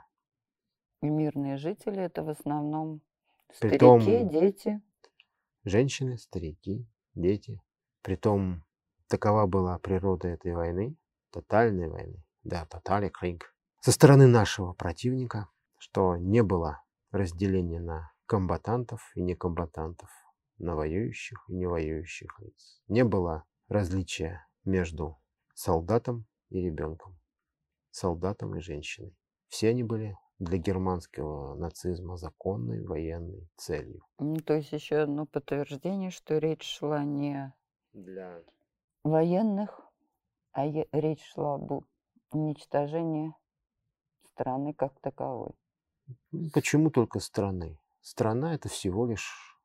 И мирные жители — это в основном старики, дети. Женщины, старики, дети. Притом такова была природа этой войны, тотальной войны, да, тотальный криг, со стороны нашего противника, что не было разделения на комбатантов и некомбатантов, на воюющих и невоюющих лиц. Не было различия между солдатом и ребенком, солдатом и женщиной. Все они были для германского нацизма законной военной целью. То есть еще одно подтверждение, что речь шла не для военных, а речь шла об уничтожении страны как таковой. Почему только страны? Страна — это всего лишь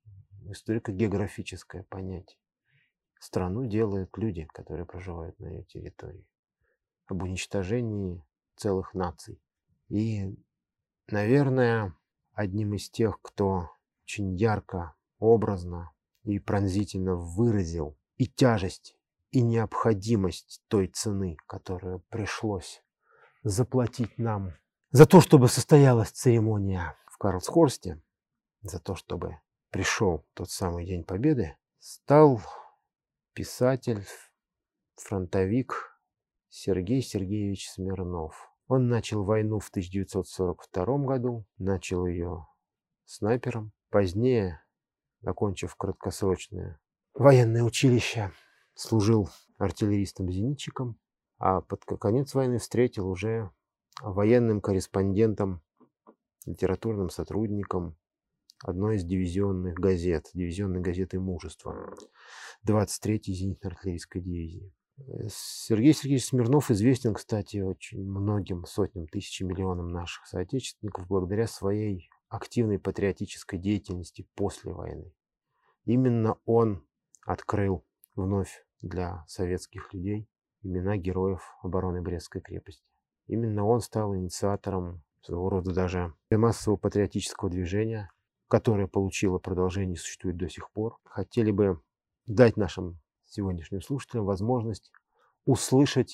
историко-географическое понятие. Страну делают люди, которые проживают на ее территории. Об уничтожении целых наций. И, наверное, одним из тех, кто очень ярко, образно и пронзительно выразил и тяжесть, и необходимость той цены, которую пришлось заплатить нам за то, чтобы состоялась церемония в Карлсхорсте, за то, чтобы пришел тот самый День Победы, стал писатель, фронтовик Сергей Сергеевич Смирнов. Он начал войну в 1942 году, начал ее снайпером. Позднее, окончив краткосрочное военное училище, служил артиллеристом-зенитчиком, а под конец войны встретил уже военным корреспондентом, литературным сотрудником одной из дивизионной газеты «Мужество», 23-й зенитно-артиллерийской дивизии. Сергей Сергеевич Смирнов известен, кстати, очень многим сотням, тысячам, миллионам наших соотечественников благодаря своей активной патриотической деятельности после войны. Именно он открыл вновь для советских людей имена героев обороны Брестской крепости. Именно он стал инициатором своего рода даже массового патриотического движения, которое получило продолжение и существует до сих пор. Хотели бы дать нашим сегодняшним слушателям возможность услышать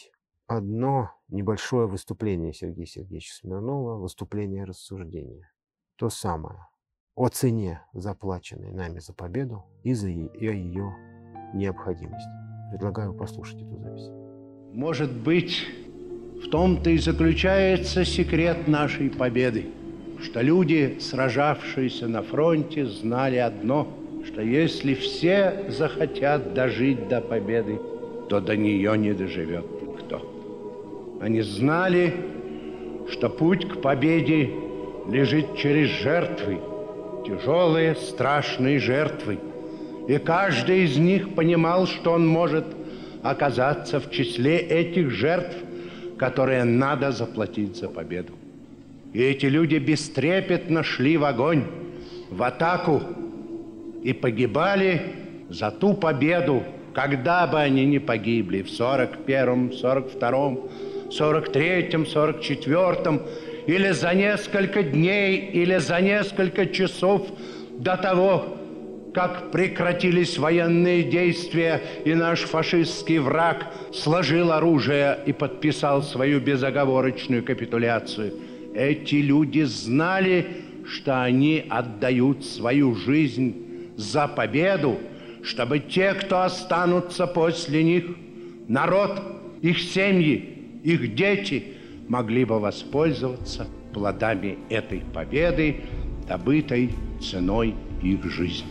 одно небольшое выступление Сергея Сергеевича Смирнова, выступление рассуждения. То самое о цене, заплаченной нами за победу, и за ее необходимость. Предлагаю послушать эту запись. Может быть, в том-то и заключается секрет нашей победы, что люди, сражавшиеся на фронте, знали одно, что если все захотят дожить до победы, то до нее не доживет никто. Они знали, что путь к победе лежит через жертвы, тяжелые, страшные жертвы. И каждый из них понимал, что он может оказаться в числе этих жертв, которые надо заплатить за победу. И эти люди бестрепетно шли в огонь, в атаку и погибали за ту победу, когда бы они ни погибли, в 41-м, 42-м, 43-м, 44-м, или за несколько дней, или за несколько часов до того, как прекратились военные действия, и наш фашистский враг сложил оружие и подписал свою безоговорочную капитуляцию. Эти люди знали, что они отдают свою жизнь за победу, чтобы те, кто останутся после них, народ, их семьи, их дети, могли бы воспользоваться плодами этой победы, добытой ценой их жизни.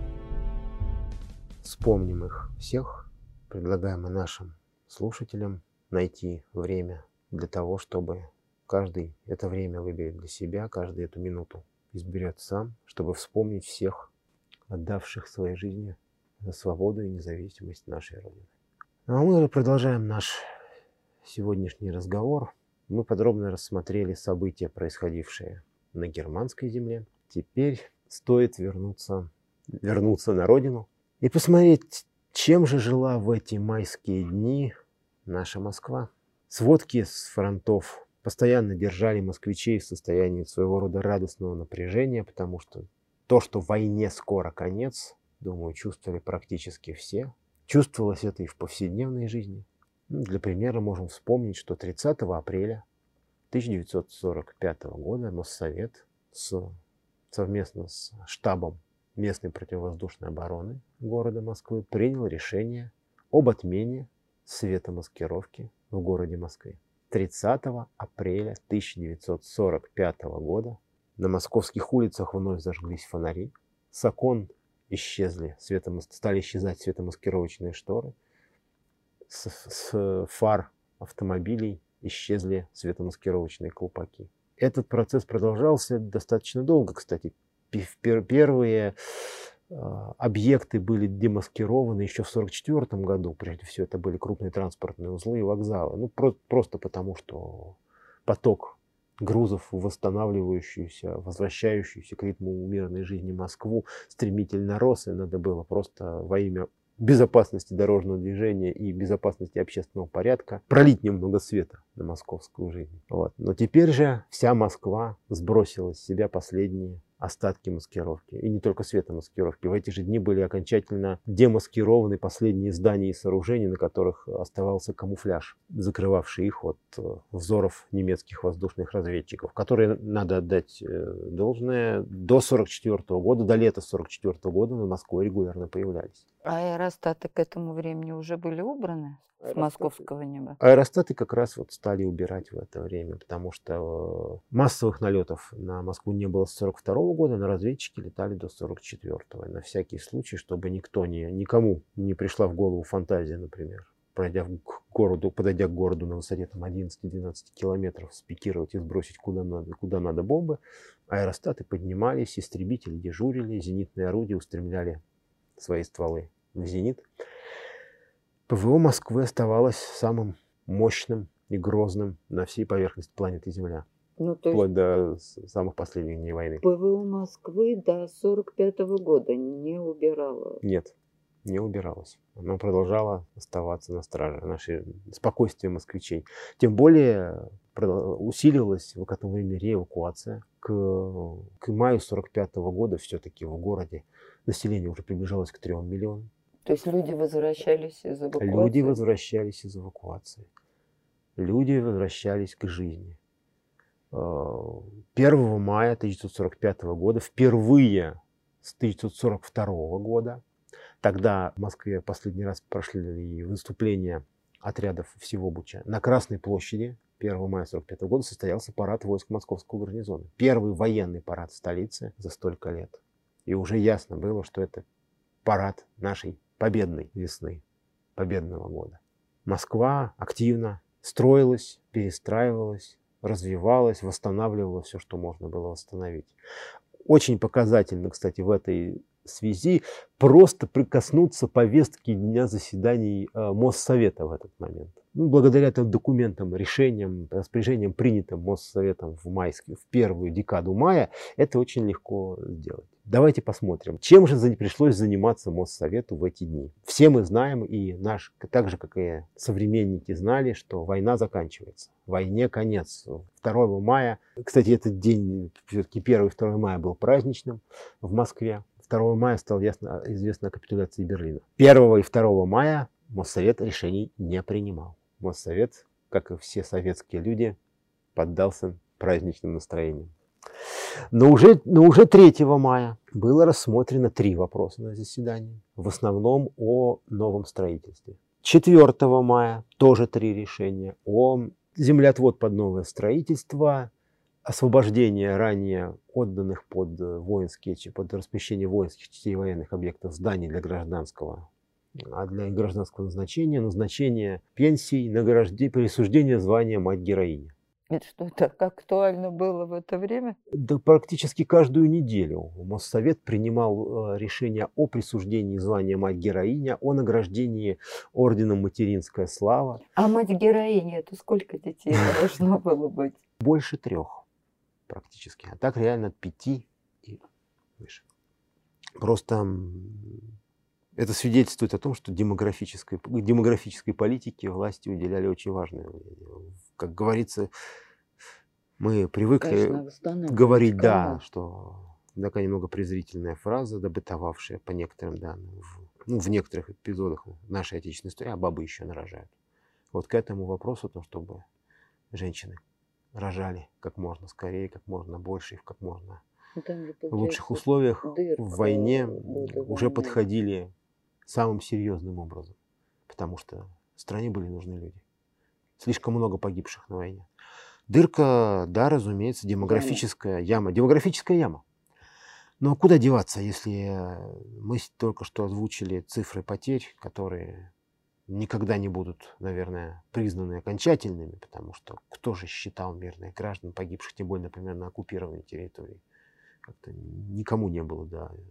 Вспомним их всех, предлагаем и нашим слушателям найти время для того, чтобы каждый это время выберет для себя, каждый эту минуту изберет сам, чтобы вспомнить всех, отдавших своей жизни за свободу и независимость нашей Родины. Ну, а мы продолжаем наш сегодняшний разговор. Мы подробно рассмотрели события, происходившие на германской земле. Теперь стоит вернуться на родину и посмотреть, чем же жила в эти майские дни наша Москва. Сводки с фронтов постоянно держали москвичей в состоянии своего рода радостного напряжения, потому что то, что войне скоро конец, думаю, чувствовали практически все. Чувствовалось это и в повседневной жизни. Для примера можем вспомнить, что 30 апреля 1945 года Моссовет совместно с штабом местной противовоздушной обороны города Москвы принял решение об отмене светомаскировки в городе Москве. 30 апреля 1945 года на московских улицах вновь зажглись фонари, с окон стали исчезать светомаскировочные шторы, с фар автомобилей исчезли светомаскировочные колпаки. Этот процесс продолжался достаточно долго, кстати. Первые объекты были демаскированы еще в 1944 году. Прежде всего, это были крупные транспортные узлы и вокзалы. Ну, просто потому, что поток грузов, восстанавливающуюся, возвращающуюся к ритму мирной жизни Москву стремительно рос, и надо было просто во имя безопасности дорожного движения и безопасности общественного порядка пролить немного света на московскую жизнь. Вот. Но теперь же вся Москва сбросила с себя последние остатки маскировки. И не только светомаскировки. В эти же дни были окончательно демаскированы последние здания и сооружения, на которых оставался камуфляж, закрывавший их от взоров немецких воздушных разведчиков, которые, надо отдать должное, до 1944 года, до лета 1944 года на Москве регулярно появлялись. А аэростаты к этому времени уже были убраны с московского неба? Аэростаты как раз вот стали убирать в это время, потому что массовых налетов на Москву не было с 1942 года, но разведчики летали до 1944. На всякий случай, чтобы никому не пришла в голову фантазия, например, подойдя к городу на высоте 11-12 километров, спикировать и сбросить куда надо бомбы, аэростаты поднимались, истребители дежурили, зенитные орудия устремляли свои стволы в зенит. ПВО Москвы оставалось самым мощным и грозным на всей поверхности планеты Земля. Вплоть до самых последних дней войны. ПВО Москвы до 1945 года не убирало? Нет, не убиралось. Оно продолжало оставаться на страже, наше спокойствие москвичей. Тем более усиливалась в это время реэвакуация. К маю 1945 года все-таки в городе население уже приближалось к 3 миллионам. То есть люди возвращались из эвакуации? Люди возвращались из эвакуации. люди возвращались к жизни. 1 мая 1945 года, впервые с 1942 года, тогда в Москве последний раз прошли выступления отрядов всего Буча, на Красной площади 1 мая 1945 года состоялся парад войск Московского гарнизона. Первый военный парад в столице за столько лет. И уже ясно было, что это парад нашей победной весны, победного года. Москва активно строилась, перестраивалась, развивалась, восстанавливала все, что можно было восстановить. Очень показательно, кстати, в этой связи просто прикоснуться повестки дня заседаний Моссовета в этот момент. Благодаря этим документам, решениям, распоряжениям, принятым Моссоветом в первую декаду мая, это очень легко сделать. Давайте посмотрим, чем же пришлось заниматься Моссовету в эти дни. Все мы знаем, и так же, как и современники знали, что война заканчивается. Войне конец. 2 мая, кстати, этот день, все-таки 1 и 2 мая был праздничным в Москве. 2 мая стало известно о капитуляции Берлина. 1 и 2 мая Моссовет решений не принимал. Моссовет, как и все советские люди, поддался праздничным настроениям. Но уже 3 мая было рассмотрено 3 вопроса на заседании, в основном о новом строительстве. 4 мая тоже 3 решения о землеотвод под новое строительство, освобождение ранее отданных под размещение воинских частей военных объектов зданий для гражданского назначения, назначение пенсий, присуждение звания мать-героиня. Это что, так актуально было в это время? Да практически каждую неделю Моссовет принимал решение о присуждении звания мать-героиня, о награждении орденом «Материнская слава». А мать-героиня, это сколько детей должно было быть? Больше 3 практически, а так реально от 5 и выше. Просто это свидетельствует о том, что демографической политике власти уделяли очень важное влияние. Как говорится, мы привыкли говорить, что такая немного презрительная фраза, добытовавшая по некоторым данным, в некоторых эпизодах нашей отечественной истории, а бабы еще нарожают. Вот к этому вопросу, о том, чтобы женщины рожали как можно скорее, как можно больше и в как можно в лучших условиях, в войне уже подходили самым серьезным образом, потому что стране были нужны люди. Слишком много погибших на войне. Дырка, да, разумеется, демографическая яма. Демографическая яма. Но куда деваться, если мы только что озвучили цифры потерь, которые никогда не будут, наверное, признаны окончательными, потому что кто же считал мирных граждан, погибших, тем более, например, на оккупированной территории? Как-то никому не было,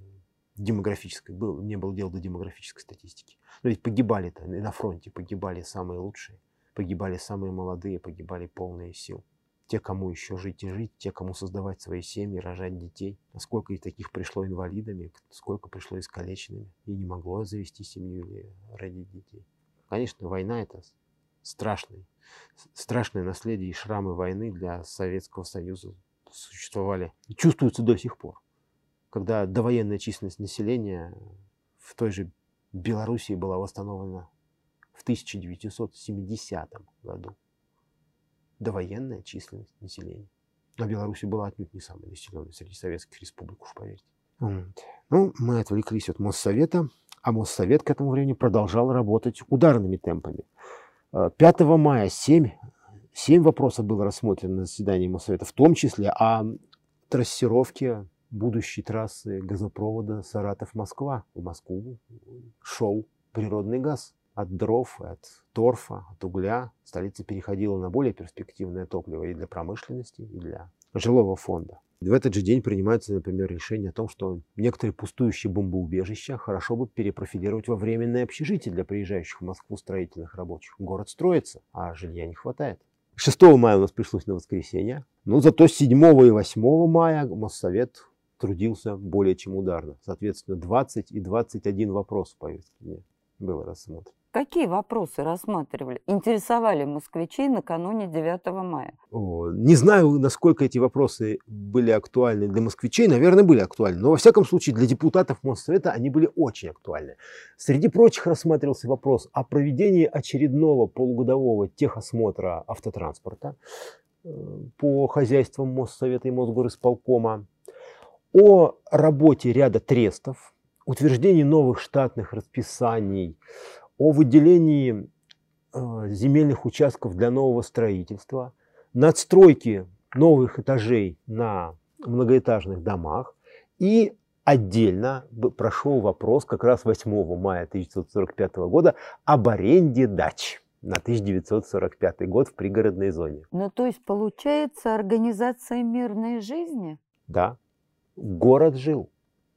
не было дела до демографической статистики. Но ведь погибали-то и на фронте, погибали самые лучшие, погибали самые молодые, погибали полные сил. Те, кому еще жить и жить, те, кому создавать свои семьи, рожать детей. А сколько из таких пришло инвалидами, сколько пришло искалеченными и не могло завести семью или родить детей. Конечно, война — это страшное наследие, и шрамы войны для Советского Союза существовали и чувствуются до сих пор. Когда довоенная численность населения в той же Белоруссии была восстановлена в 1970 году. Довоенная численность населения. А Беларусь была отнюдь не самой населенной среди советских республик, уж поверьте. Ну, мы отвлеклись от Моссовета, а Моссовет к этому времени продолжал работать ударными темпами. 5 мая 7 вопросов было рассмотрено на заседании Моссовета, в том числе о трассировке будущей трассы газопровода Саратов-Москва. В Москву шел природный газ. От дров, от торфа, от угля столица переходила на более перспективное топливо и для промышленности, и для жилого фонда. В этот же день принимается, например, решение о том, что некоторые пустующие бомбоубежища хорошо бы перепрофилировать во временное общежитие для приезжающих в Москву строительных рабочих. Город строится, а жилья не хватает. 6 мая у нас пришлось на воскресенье, но зато 7 и 8 мая Моссовет трудился более чем ударно. Соответственно, 20 и 21 вопрос в повестке дня было рассмотрено. Какие вопросы рассматривали, интересовали москвичей накануне 9 мая? Не знаю, насколько эти вопросы были актуальны для москвичей, наверное, были актуальны, но во всяком случае для депутатов Моссовета они были очень актуальны. Среди прочих рассматривался вопрос о проведении очередного полугодового техосмотра автотранспорта по хозяйствам Моссовета и Мосгорисполкома, о работе ряда трестов, утверждении новых штатных расписаний, о выделении земельных участков для нового строительства, надстройке новых этажей на многоэтажных домах. И отдельно прошел вопрос как раз 8 мая 1945 года об аренде дач на 1945 год в пригородной зоне. Ну, то есть, получается, организация мирной жизни? Да. Город жил,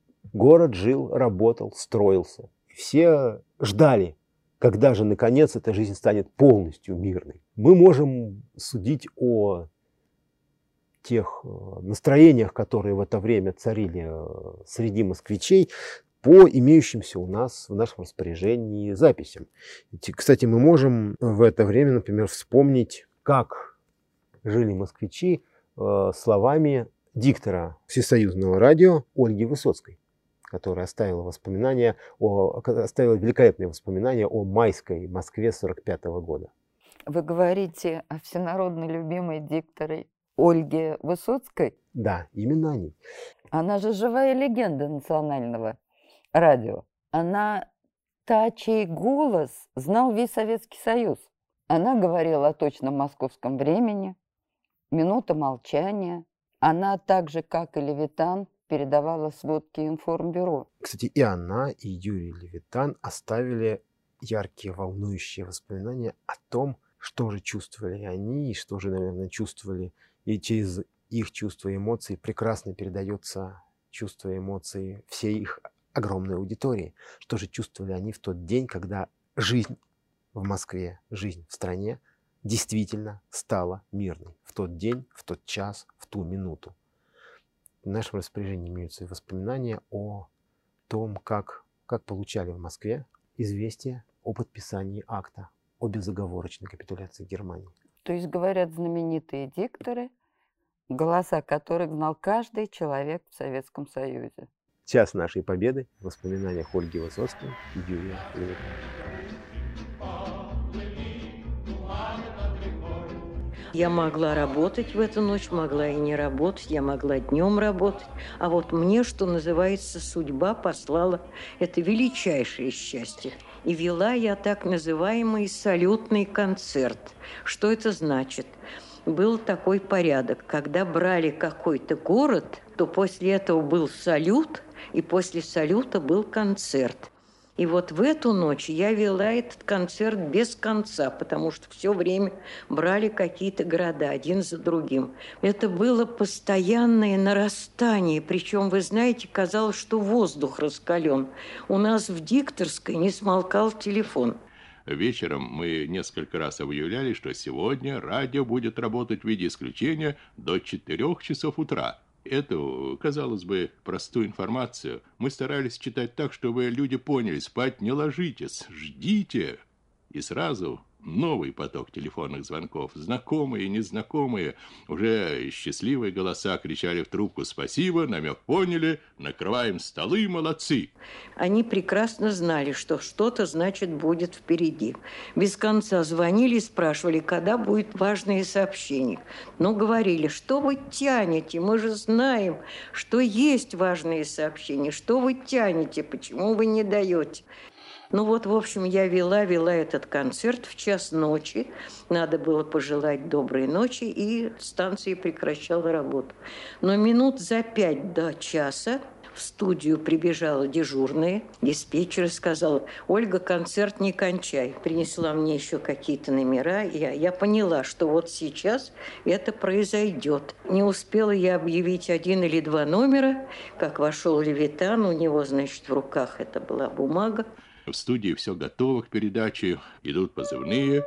работал, строился. Все ждали, когда же, наконец, эта жизнь станет полностью мирной. Мы можем судить о тех настроениях, которые в это время царили среди москвичей, по имеющимся у нас в нашем распоряжении записям. Кстати, мы можем в это время, например, вспомнить, как жили москвичи словами диктора Всесоюзного радио Ольги Высоцкой, которая оставила великолепные воспоминания о майской Москве 1945 года. Вы говорите о всенародно любимой дикторе Ольге Высоцкой? Да, именно о ней. Она же живая легенда национального радио. Она та, чей голос знал весь Советский Союз. Она говорила о точном московском времени, минута молчания. Она так же, как и Левитан, передавала сводки информбюро. Кстати, и она, и Юрий Левитан оставили яркие, волнующие воспоминания о том, что же чувствовали они, и что же, наверное, чувствовали. И через их чувства и эмоции прекрасно передается чувства и эмоции всей их огромной аудитории. Что же чувствовали они в тот день, когда жизнь в Москве, жизнь в стране действительно стала мирной. В тот день, в тот час, в ту минуту. В нашем распоряжении имеются воспоминания о том, как получали в Москве известие о подписании акта о безоговорочной капитуляции Германии. То есть, говорят знаменитые дикторы, голоса которых знал каждый человек в Советском Союзе. Час нашей победы в воспоминаниях Ольги Высоцкой и Юрия Левитана. Я могла работать в эту ночь, могла и не работать, я могла днем работать. А вот мне, что называется, судьба послала это величайшее счастье. И вела я так называемый салютный концерт. Что это значит? Был такой порядок. Когда брали какой-то город, то после этого был салют, и после салюта был концерт. И вот в эту ночь я вела этот концерт без конца, потому что все время брали какие-то города один за другим. Это было постоянное нарастание, причем, вы знаете, казалось, что воздух раскален. У нас в дикторской не смолкал телефон. Вечером мы несколько раз объявляли, что сегодня радио будет работать в виде исключения до 4 часов утра. Эту, казалось бы, простую информацию мы старались читать так, чтобы люди поняли: спать не ложитесь, ждите. И сразу новый поток телефонных звонков. Знакомые и незнакомые, уже счастливые голоса кричали в трубку: спасибо, намек поняли, накрываем столы, молодцы. Они прекрасно знали, что что-то, значит, будет впереди. Без конца звонили и спрашивали, когда будет важное сообщение. Но говорили: что вы тянете, мы же знаем, что есть важные сообщения, что вы тянете, почему вы не даете. Ну вот, в общем, я вела этот концерт в час ночи. Надо было пожелать доброй ночи, и станция прекращала работу. Но минут за 5 до часа в студию прибежала дежурная. Диспетчер сказала: Ольга, концерт не кончай. Принесла мне еще какие-то номера. Я поняла, что вот сейчас это произойдет. Не успела я объявить 1 или 2 номера, как вошел Левитан. У него, значит, в руках это была бумага. В студии все готово к передаче, идут позывные.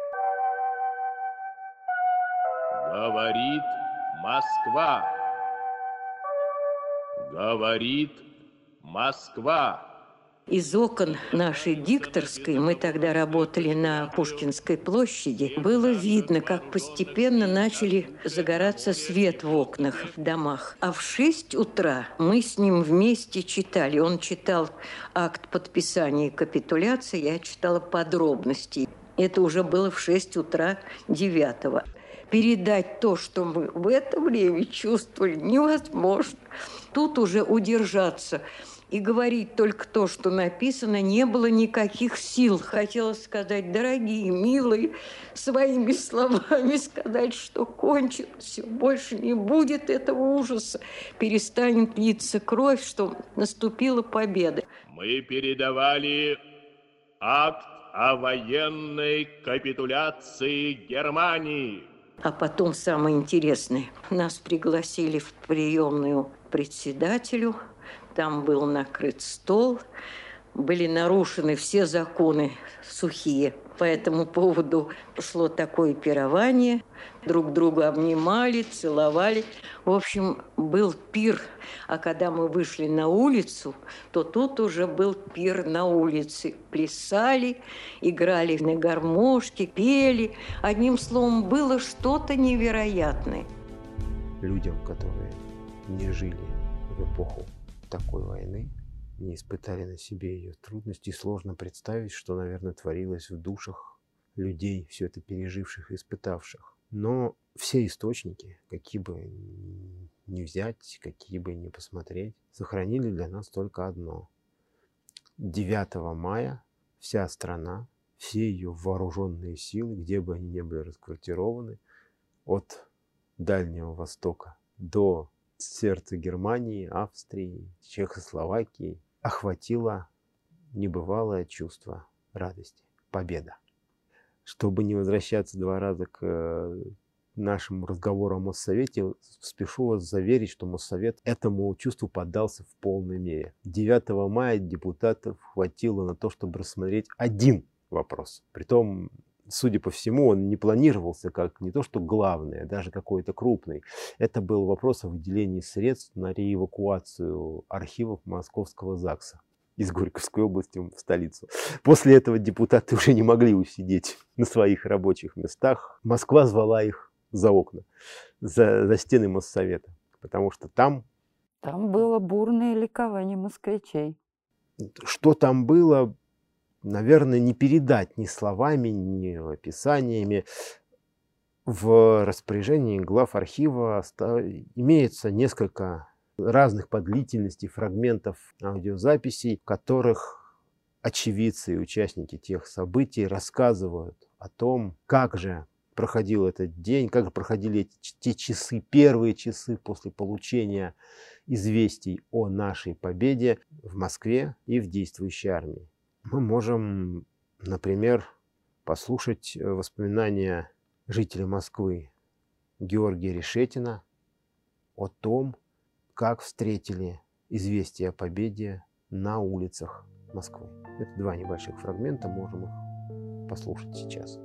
Говорит Москва. Говорит Москва. Из окон нашей дикторской, мы тогда работали на Пушкинской площади, было видно, как постепенно начали загораться свет в окнах в домах. А в 6 утра мы с ним вместе читали. Он читал акт подписания капитуляции, я читала подробности. Это уже было в 6 утра 9-го. Передать то, что мы в это время чувствовали, невозможно. Тут уже удержаться и говорить только то, что написано, не было никаких сил. Хотелось сказать, дорогие, милые, своими словами сказать, что кончилось, все, больше не будет этого ужаса, перестанет литься кровь, что наступила победа. Мы передавали акт о военной капитуляции Германии. А потом самое интересное. Нас пригласили в приемную председателю. Там был накрыт стол. Были нарушены все законы сухие. По этому поводу шло такое пирование. Друг друга обнимали, целовали. В общем, был пир. А когда мы вышли на улицу, то тут уже был пир на улице. Плясали, играли на гармошке, пели. Одним словом, было что-то невероятное. Людям, которые не жили в эпоху такой войны, не испытали на себе ее трудности, сложно представить, что, наверное, творилось в душах людей, все это переживших и испытавших. Но все источники, какие бы ни взять, какие бы ни посмотреть, сохранили для нас только одно. 9 мая вся страна, все ее вооруженные силы, где бы они ни были расквартированы, от Дальнего Востока до сердца Германии, Австрии, Чехословакии, охватило небывалое чувство радости, победа. Чтобы не возвращаться 2 раза к нашему разговору о Моссовете, спешу вас заверить, что Моссовет этому чувству поддался в полной мере. 9 мая депутатов хватило на то, чтобы рассмотреть один вопрос. Притом, судя по всему, он не планировался как не то что главный, а даже какой-то крупный. Это был вопрос о выделении средств на реэвакуацию архивов Московского ЗАГСа из Горьковской области в столицу. После этого депутаты уже не могли усидеть на своих рабочих местах. Москва звала их за окна, за стены Моссовета, потому что там было бурное ликование москвичей. Что там было, наверное, не передать ни словами, ни описаниями. В распоряжении глав архива имеется несколько разных по длительности фрагментов аудиозаписей, в которых очевидцы и участники тех событий рассказывают о том, как же проходил этот день, как же проходили те часы, первые часы после получения известий о нашей победе в Москве и в действующей армии. Мы можем, например, послушать воспоминания жителя Москвы Георгия Решетина о том, как встретили известие о победе на улицах Москвы. Это 2 небольших фрагмента, можем их послушать сейчас.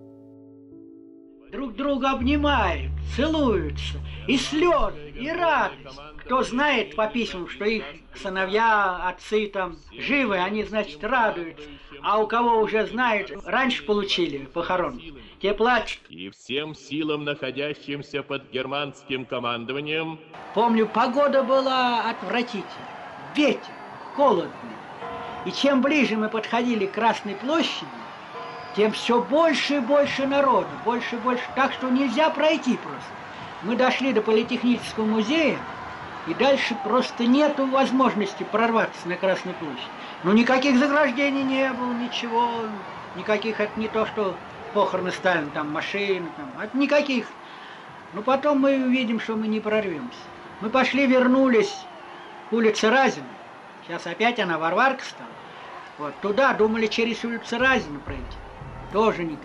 Друг друга обнимают, целуются, и слезы, и радость. Кто знает по письмам, что их сыновья, отцы там живы, они, значит, радуются. А у кого уже знают, раньше получили похорон, те плачут. И всем силам, находящимся под германским командованием. Помню, погода была отвратительная, ветер, холодный. И чем ближе мы подходили к Красной площади, тем все больше и больше народу, больше и больше, так что нельзя пройти просто. Мы дошли до Политехнического музея, и дальше просто нету возможности прорваться на Красную площадь. Ну, никаких заграждений не было, ничего, никаких, это не то, что похороны Сталина, там, машины, там, это никаких. Но потом мы увидим, что мы не прорвемся. Мы пошли, вернулись к улице Разина, сейчас опять она Варварка стала. Вот туда думали через улицу Разина пройти. Тоже никак.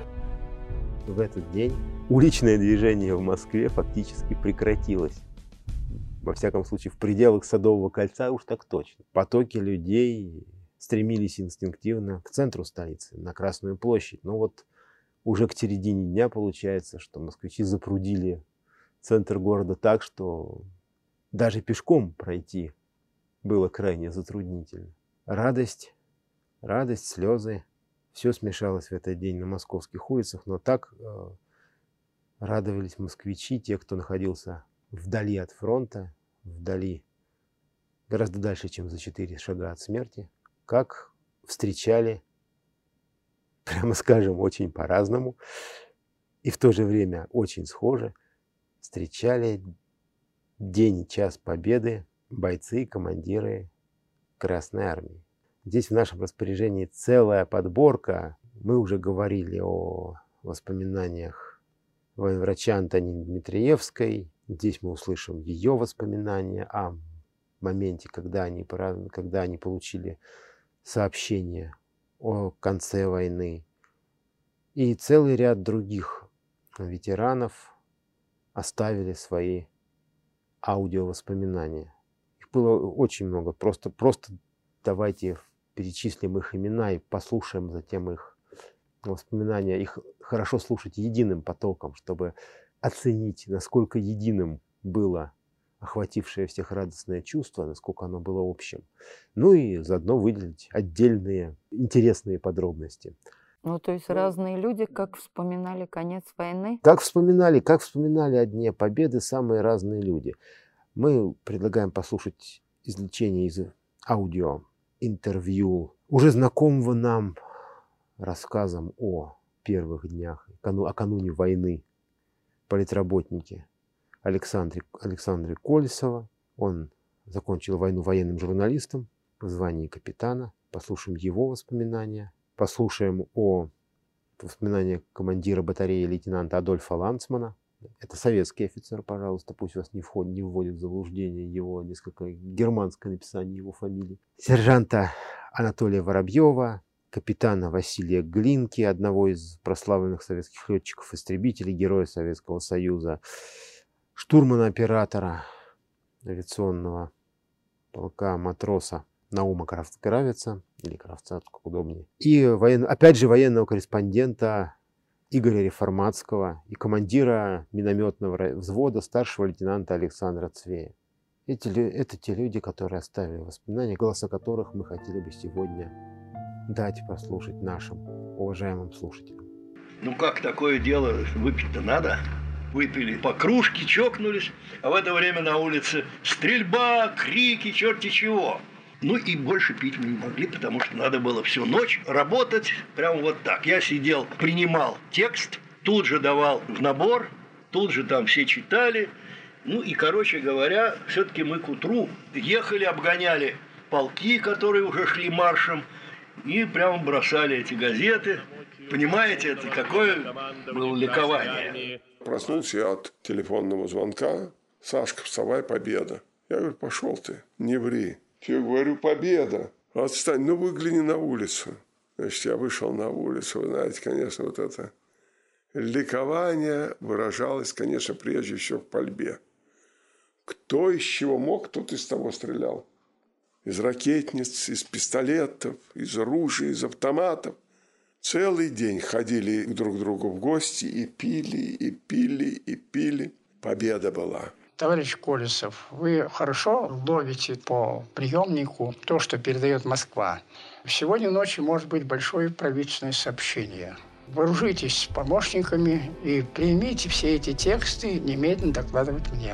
В этот день уличное движение в Москве фактически прекратилось. Во всяком случае, в пределах Садового кольца уж так точно. Потоки людей стремились инстинктивно к центру столицы, на Красную площадь. Но вот уже к середине дня получается, что москвичи запрудили центр города так, что даже пешком пройти было крайне затруднительно. Радость радость, слезы. Все смешалось в этот день на московских улицах, но так радовались москвичи, те, кто находился вдали от фронта, вдали, гораздо дальше, чем за 4 шага от смерти, как встречали, прямо скажем, очень по-разному, и в то же время очень схоже, встречали день и час победы бойцы и командиры Красной Армии. Здесь в нашем распоряжении целая подборка. Мы уже говорили о воспоминаниях военврача Антонины Дмитриевской. Здесь мы услышим ее воспоминания о моменте, когда они получили сообщение о конце войны. И целый ряд других ветеранов оставили свои аудиовоспоминания. Их было очень много. Просто давайте перечислим их имена и послушаем затем их воспоминания. Их хорошо слушать единым потоком, чтобы оценить, насколько единым было охватившее всех радостное чувство, насколько оно было общим. Ну и заодно выделить отдельные интересные подробности. Ну, то есть разные люди, как вспоминали конец войны? Как вспоминали о Дне Победы самые разные люди. Мы предлагаем послушать извлечение из аудиоинтервью уже знакомого нам рассказом о первых днях, окануне войны политработнике Александре Колесова. Он закончил войну военным журналистом в звании капитана. Послушаем его воспоминания. Послушаем о воспоминаниях командира батареи лейтенанта Адольфа Ланцмана. Это советский офицер, пожалуйста, пусть вас не вводит в заблуждение его несколько германское написание его фамилии. Сержанта Анатолия Воробьева, капитана Василия Глинки, одного из прославленных советских летчиков-истребителей, героя Советского Союза, штурмана-оператора авиационного полка матроса Наума Кравца, или Кравца, как удобнее. И опять же военного корреспондента Игоря Реформатского и командира минометного взвода старшего лейтенанта Александра Цвея. Это те люди, которые оставили воспоминания, голоса которых мы хотели бы сегодня дать послушать нашим уважаемым слушателям. Ну как такое дело, выпить-то надо? Выпили по кружке, чокнулись, а в это время на улице стрельба, крики, черти чего. Ну и больше пить мы не могли, потому что надо было всю ночь работать прямо вот так. Я сидел, принимал текст, тут же давал в набор, тут же там все читали. Ну и, короче говоря, все-таки мы к утру ехали, обгоняли полки, которые уже шли маршем, и прямо бросали эти газеты. Понимаете, это какое было ликование. Проснулся я от телефонного звонка. Сашка, вставай, победа. Я говорю, пошел ты, не ври. Я говорю, победа. Отстань, ну выгляни на улицу. Значит, я вышел на улицу. Вы знаете, конечно, вот это ликование выражалось, конечно, прежде всего в пальбе. Кто из чего мог, тот из того стрелял. Из ракетниц, из пистолетов, из ружей, из автоматов. Целый день ходили друг к другу в гости и пили, и пили, и пили. Победа была. Товарищ Колесов, вы хорошо ловите по приемнику то, что передает Москва. Сегодня ночью может быть большое правительственное сообщение. Вооружитесь с помощниками и примите все эти тексты, немедленно докладывать мне.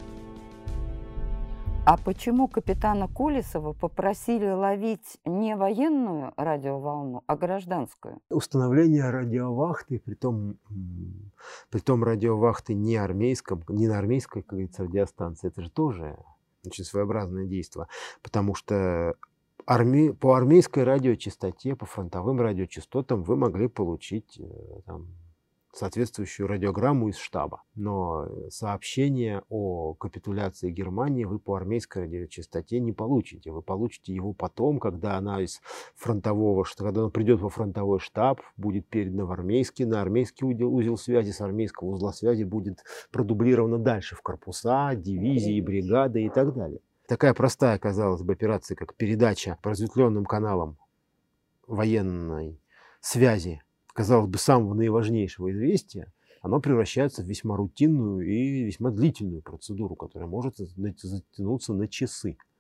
А почему капитана Колесова попросили ловить не военную радиоволну, а гражданскую? Установление радиовахты, притом радиовахты не на армейской, как говорится, радиостанции, это же тоже очень своеобразное действие, потому что по армейской радиочастоте, по фронтовым радиочастотам вы могли получить соответствующую радиограмму из штаба. Но сообщение о капитуляции Германии вы по армейской радиочастоте не получите. Вы получите его потом, когда она когда она придет во фронтовой штаб, будет передана на армейский узел связи, с армейского узла связи будет продублирована дальше в корпуса, дивизии, бригады и так далее. Такая простая, казалось бы, операция, как передача по разветвленным каналам военной связи, казалось бы, самого наиважнейшего известия, оно превращается в весьма рутинную и весьма длительную процедуру, которая может затянуться на часы.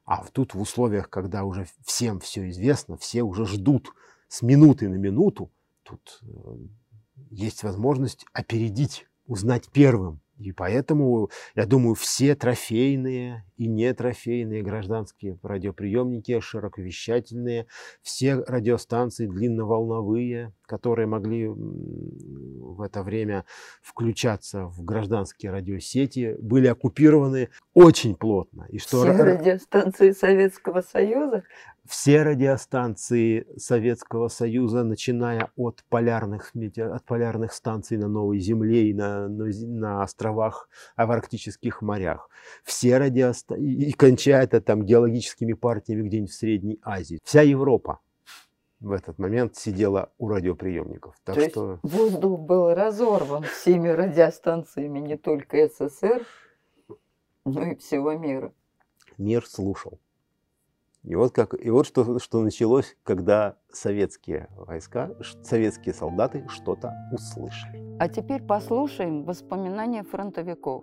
А тут в условиях, когда уже всем все известно, все уже ждут с минуты на минуту, тут есть возможность опередить, узнать первым. И поэтому, я думаю, все трофейные и нетрофейные гражданские радиоприемники, широковещательные, все радиостанции длинноволновые, которые могли в это время включаться в гражданские радиосети, были оккупированы очень плотно. И что все радиостанции Советского Союза? Все радиостанции Советского Союза, начиная от полярных станций на Новой Земле и на островах в арктических морях, все радиостанции, и кончая это там геологическими партиями где-нибудь в Средней Азии. Вся Европа в этот момент сидела у радиоприемников. Так То что есть воздух был разорван всеми радиостанциями не только СССР, но и всего мира. Мир слушал. И вот что началось, когда советские войска, советские солдаты что-то услышали. А теперь послушаем воспоминания фронтовиков.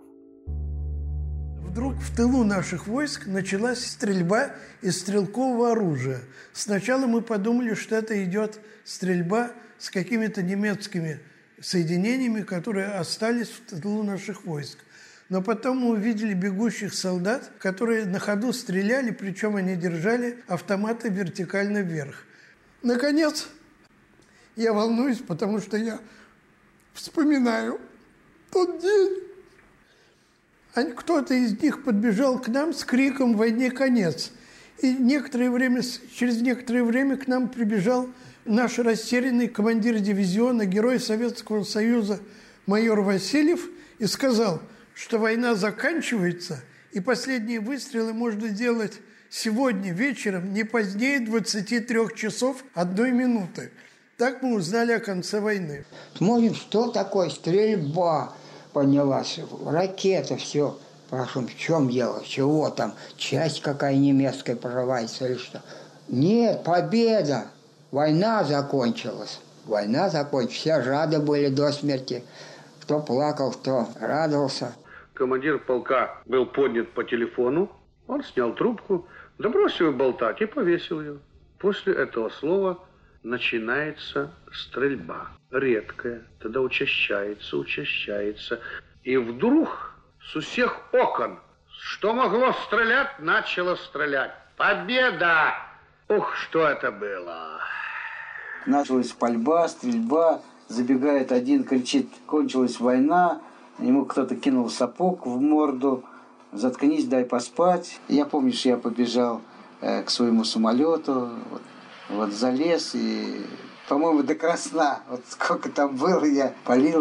Вдруг в тылу наших войск началась стрельба из стрелкового оружия. Сначала мы подумали, что это идет стрельба с какими-то немецкими соединениями, которые остались в тылу наших войск. Но потом мы увидели бегущих солдат, которые на ходу стреляли, причем они держали автоматы вертикально вверх. Наконец, я волнуюсь, потому что я вспоминаю тот день. Кто-то из них подбежал к нам с криком «Войне конец!». И через некоторое время к нам прибежал наш растерянный командир дивизиона, герой Советского Союза майор Васильев, и сказал, что война заканчивается, и последние выстрелы можно делать сегодня вечером не позднее 23 часов 1 минуты. Так мы узнали о конце войны. Смотрим, что такое стрельба поднялась, ракета, все. Спрашиваем, в чем дело, чего там, часть какая немецкая прорывается или что? Нет, победа, война закончилась. Война закончилась, все рады были до смерти. Кто плакал, кто радовался. Командир полка был поднят по телефону, он снял трубку, да бросил ее болтать и повесил ее. После этого слова начинается стрельба. Редкая, тогда учащается. И вдруг с всех окон, что могло стрелять, начало стрелять. Победа! Ух, что это было! Началась пальба, стрельба. Забегает один, кричит, кончилась война. Ему кто-то кинул сапог в морду. Заткнись, дай поспать. Я помню, что я побежал к своему самолету. Вот залез и, по-моему, до Красна. Вот сколько там было, я палил.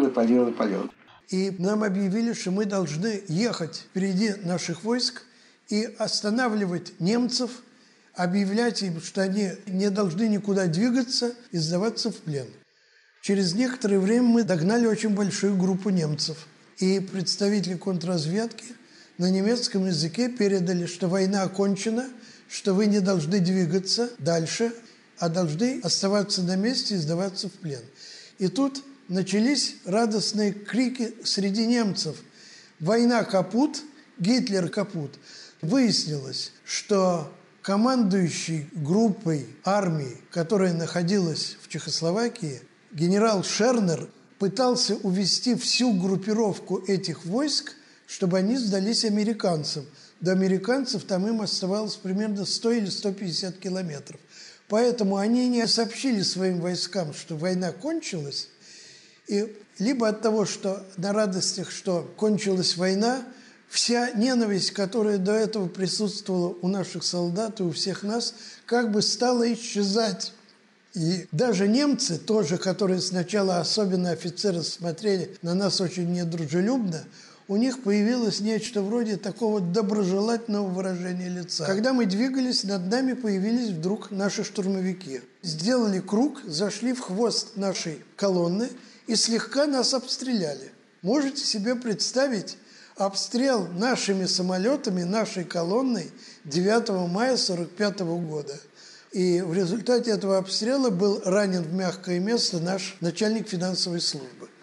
И нам объявили, что мы должны ехать впереди наших войск и останавливать немцев, объявлять им, что они не должны никуда двигаться и сдаваться в плен. Через некоторое время мы догнали очень большую группу немцев. И представители контрразведки на немецком языке передали, что война окончена, что вы не должны двигаться дальше, а должны оставаться на месте и сдаваться в плен. И тут начались радостные крики среди немцев. Война капут, Гитлер капут. Выяснилось, что командующий группой армии, которая находилась в Чехословакии, генерал Шернер пытался увести всю группировку этих войск, чтобы они сдались американцам. До американцев там им оставалось примерно 100 или 150 километров. Поэтому они не сообщили своим войскам, что война кончилась. И либо от того, что на радостях, что кончилась война, вся ненависть, которая до этого присутствовала у наших солдат и у всех нас, как бы стала исчезать. И даже немцы тоже, которые сначала, особенно офицеры, смотрели на нас очень недружелюбно, у них появилось нечто вроде такого доброжелательного выражения лица. Когда мы двигались, над нами появились вдруг наши штурмовики. Сделали круг, зашли в хвост нашей колонны и слегка нас обстреляли. Можете себе представить обстрел нашими самолетами, нашей колонной 9 мая 1945 года. И в результате этого обстрела был ранен в мягкое место наш начальник финансовой службы.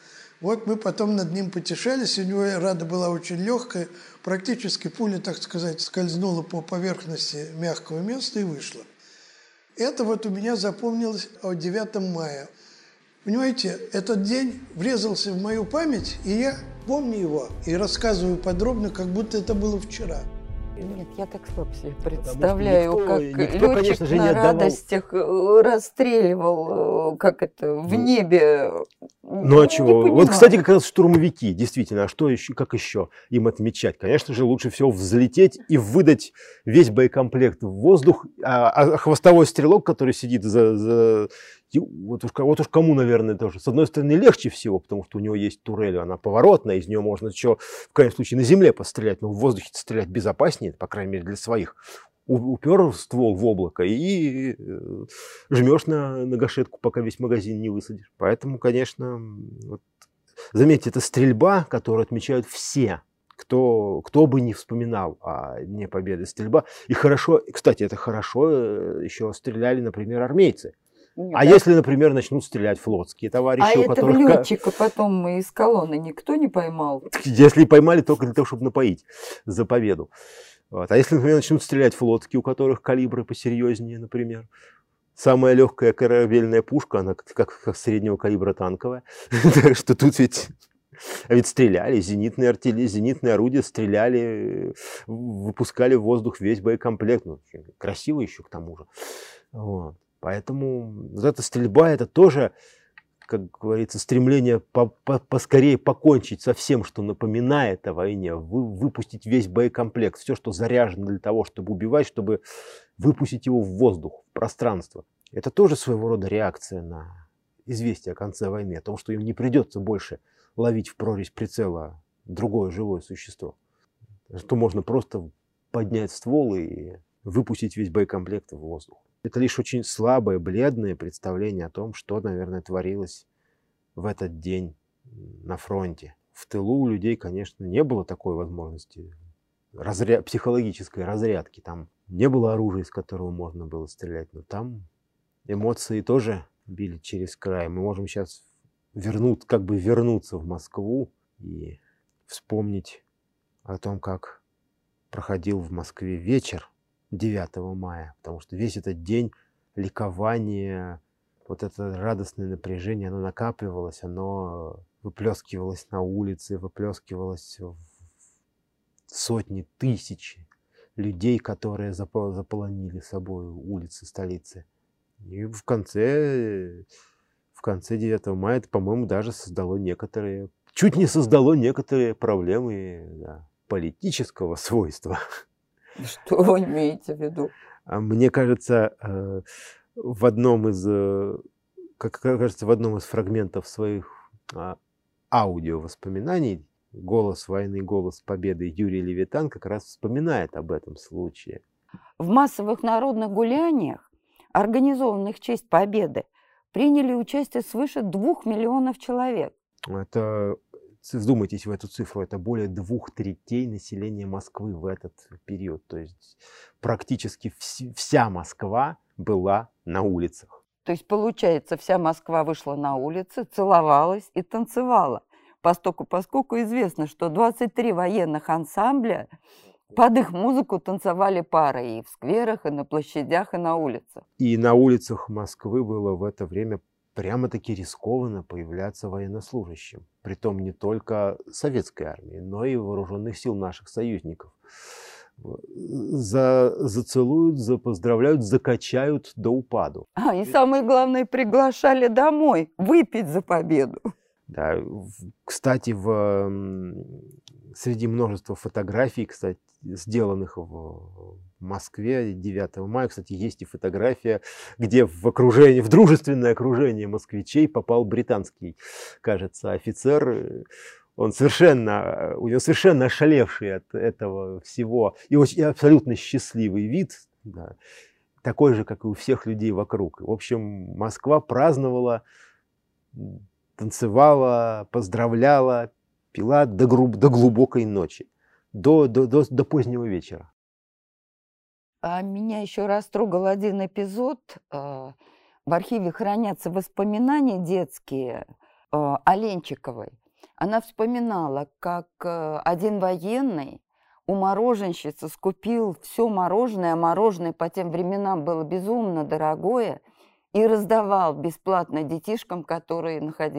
Вот мы потом над ним потешались, у него рада была очень легкая, практически пуля, так сказать, скользнула по поверхности мягкого места и вышла. Это вот у меня запомнилось о 9 мая. Понимаете, этот день врезался в мою память, и я помню его и рассказываю подробно, как будто это было вчера. Нет, я так слабо себе представляю, никто, как конечно летчик же, не на отдавал. радостях расстреливал, как это, в небе. Ну а чего? Вот, понимаю. кстати, как раз штурмовики, действительно, а что еще, как еще им отмечать? Конечно же, лучше всего взлететь и выдать весь боекомплект в воздух, а хвостовой стрелок, который сидит вот уж кому, наверное, тоже. С одной стороны, легче всего, потому что у него есть турель, она поворотная, из нее можно еще, в крайнем случае, на земле пострелять, но в воздухе стрелять безопаснее, по крайней мере, для своих. Упер ствол в облако и жмешь на гашетку, пока весь магазин не высадишь. Поэтому, конечно, вот, заметьте, это стрельба, которую отмечают все, кто бы не вспоминал о Дне Победы. Стрельба. И хорошо, кстати, это хорошо еще стреляли, например, армейцы. Нет, а если, например, начнут стрелять флотские товарищи, а у этого которых... летчика потом из колонны никто не поймал? Если поймали, только для того, чтобы напоить за победу. Вот. А если, например, начнут стрелять флотки, у которых калибры посерьезнее, например. Самая легкая корабельная пушка, она как среднего калибра танковая. Так что тут ведь стреляли, зенитные артиллерии, зенитные орудия стреляли, выпускали в воздух весь боекомплект. Ну, красиво еще к тому же. Вот. Поэтому вот эта стрельба, это тоже, как говорится, стремление поскорее покончить со всем, что напоминает о войне, выпустить весь боекомплект, все, что заряжено для того, чтобы убивать, чтобы выпустить его в воздух, в пространство. Это тоже своего рода реакция на известие о конце войны, о том, что им не придется больше ловить в прорезь прицела другое живое существо. Что можно просто поднять ствол и выпустить весь боекомплект в воздух. Это лишь очень слабое, бледное представление о том, что, наверное, творилось в этот день на фронте. В тылу у людей, конечно, не было такой возможности психологической разрядки. Там не было оружия, из которого можно было стрелять, но там эмоции тоже били через край. Мы можем сейчас вернуться в Москву и вспомнить о том, как проходил в Москве вечер 9 мая, потому что весь этот день ликования, вот это радостное напряжение, оно накапливалось, оно выплескивалось на улице, выплескивалось в сотни тысяч людей, которые заполонили собой улицы столицы. И в конце 9 мая это, по-моему, даже чуть не создало некоторые проблемы, да, политического свойства. Что вы имеете в виду? Мне кажется, в одном из фрагментов своих аудиовоспоминаний «Голос войны, голос победы» Юрий Левитан как раз вспоминает об этом случае. В массовых народных гуляниях, организованных в честь Победы, приняли участие свыше 2 миллионов человек. Это, вдумайтесь в эту цифру, это более 2/3 населения Москвы в этот период. То есть практически вся Москва была на улицах. То есть, получается, вся Москва вышла на улицы, целовалась и танцевала. Поскольку известно, что 23 военных ансамбля под их музыку танцевали пары и в скверах, и на площадях, и на улицах. И на улицах Москвы было в это время прямо-таки рискованно появляться военнослужащим. Притом не только советской армии, но и вооруженных сил наших союзников. Зацелуют, поздравляют, закачают до упаду. И самое главное, приглашали домой выпить за победу. Да, кстати, среди множества фотографий, кстати, сделанных в Москве 9 мая, кстати, есть и фотография, где в дружественное окружение москвичей попал британский, кажется, офицер. У него совершенно ошалевший от этого всего и абсолютно счастливый вид, да, такой же, как и у всех людей вокруг. В общем, Москва праздновала, танцевала, поздравляла, пила до глубокой ночи, до позднего вечера. А меня еще растрогал один эпизод. В архиве хранятся воспоминания детские Оленчиковой. Она вспоминала, как один военный у мороженщицы скупил все мороженое, а мороженое по тем временам было безумно дорогое, и раздавал бесплатно детишкам, которые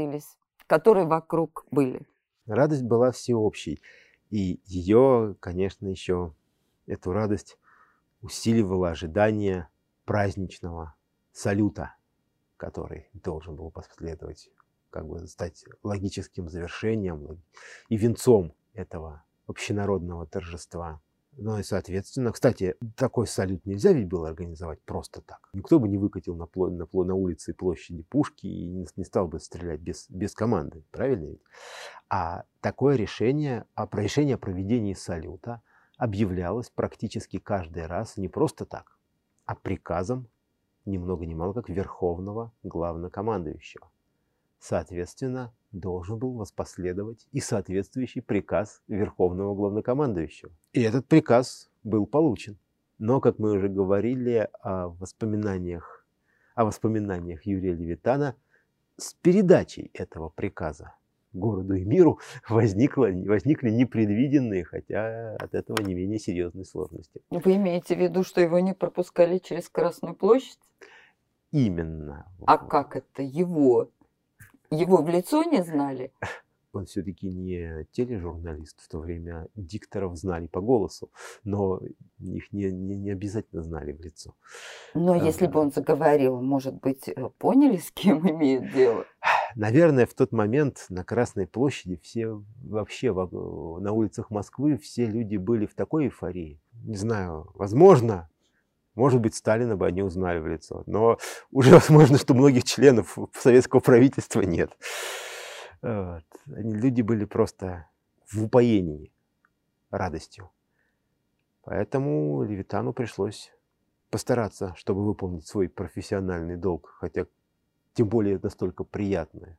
вокруг были. Радость была всеобщей, и ее, конечно, еще эту радость усиливало ожидание праздничного салюта, который должен был последовать, как бы стать логическим завершением и венцом этого общенародного торжества. Ну и, соответственно, кстати, такой салют нельзя ведь было организовать просто так. Никто бы не выкатил на улице и площади пушки и не стал бы стрелять без команды, правильно ведь? А такое решение о проведении салюта объявлялось практически каждый раз не просто так, а приказом ни много ни мало как верховного главнокомандующего. Соответственно, должен был воспоследовать и соответствующий приказ верховного главнокомандующего. И этот приказ был получен. Но, как мы уже говорили о воспоминаниях Юрия Левитана, с передачей этого приказа городу и миру возникли непредвиденные, хотя от этого не менее серьезные сложности. Вы имеете в виду, что его не пропускали через Красную площадь? Именно. А как это его? Его в лицо не знали? Он все-таки не тележурналист, в то время дикторов знали по голосу, но их не обязательно знали в лицо. Но если бы он заговорил, может быть, поняли, с кем имеют дело? Наверное, в тот момент на Красной площади вообще на улицах Москвы все люди были в такой эйфории. Не знаю, возможно, может быть, Сталина бы они узнали в лицо, но уже возможно, что многих членов советского правительства нет. Вот. Люди были просто в упоении радостью. Поэтому Левитану пришлось постараться, чтобы выполнить свой профессиональный долг, хотя тем более настолько приятный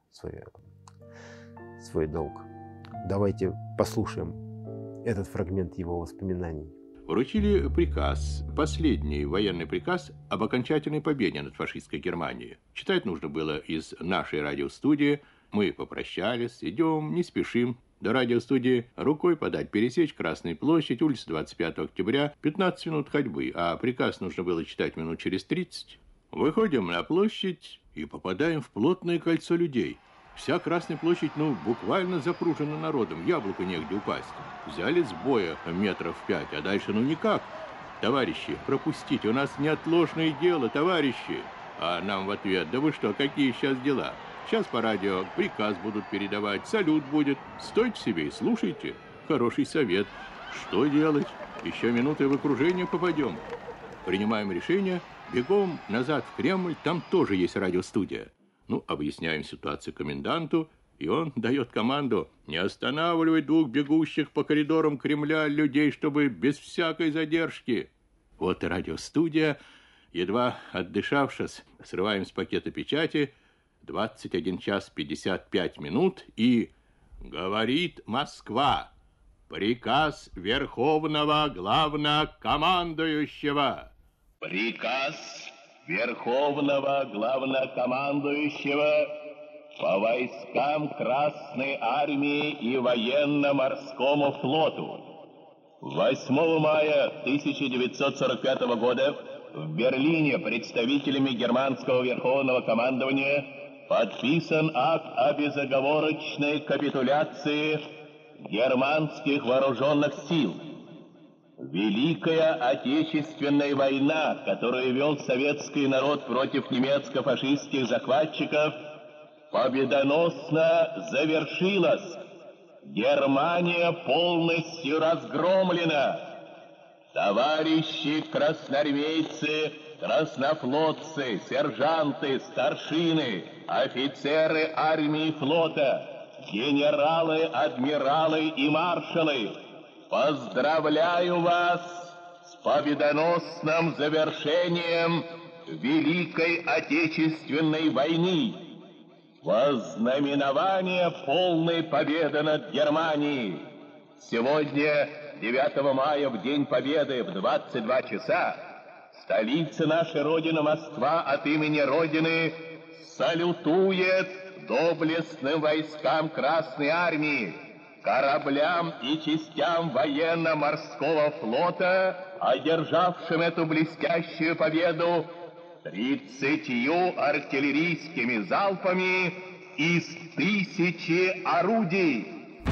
свой долг. Давайте послушаем этот фрагмент его воспоминаний. Вручили приказ, последний военный приказ об окончательной победе над фашистской Германией. Читать нужно было из нашей радиостудии. Мы попрощались, идем, не спешим. До радиостудии рукой подать, пересечь Красную площадь, улица 25 октября, 15 минут ходьбы, а приказ нужно было читать минут через 30. Выходим на площадь и попадаем в плотное кольцо людей. Вся Красная площадь, буквально запружена народом, яблоку негде упасть. Взяли с боя метров 5, а дальше никак. Товарищи, пропустите, у нас неотложное дело, товарищи. А нам в ответ, да вы что, какие сейчас дела? Сейчас по радио приказ будут передавать, салют будет. Стойте себе и слушайте. Хороший совет. Что делать? Еще минуты в окружение попадем. Принимаем решение, бегом назад в Кремль, там тоже есть радиостудия. Объясняем ситуацию коменданту, и он дает команду не останавливать двух бегущих по коридорам Кремля людей, чтобы без всякой задержки. Вот и радиостудия. Едва отдышавшись, срываем с пакета печати, 21 час 55 минут, и говорит Москва. Приказ Верховного Главнокомандующего. Приказ Верховного Главнокомандующего по войскам Красной Армии и Военно-Морскому флоту. 8 мая 1945 года в Берлине представителями германского Верховного командования подписан акт о безоговорочной капитуляции германских вооруженных сил. Великая Отечественная война, которую вел советский народ против немецко-фашистских захватчиков, победоносно завершилась. Германия полностью разгромлена. Товарищи красноармейцы, краснофлотцы, сержанты, старшины, офицеры армии и флота, генералы, адмиралы и маршалы, поздравляю вас с победоносным завершением Великой Отечественной войны. Вознаменование полной победы над Германией. Сегодня, 9 мая, в День Победы, в 22 часа, столица нашей Родины, Москва, от имени Родины салютует доблестным войскам Красной Армии, кораблям и частям военно-морского флота, одержавшим эту блестящую победу 30 артиллерийскими залпами из 1000 орудий.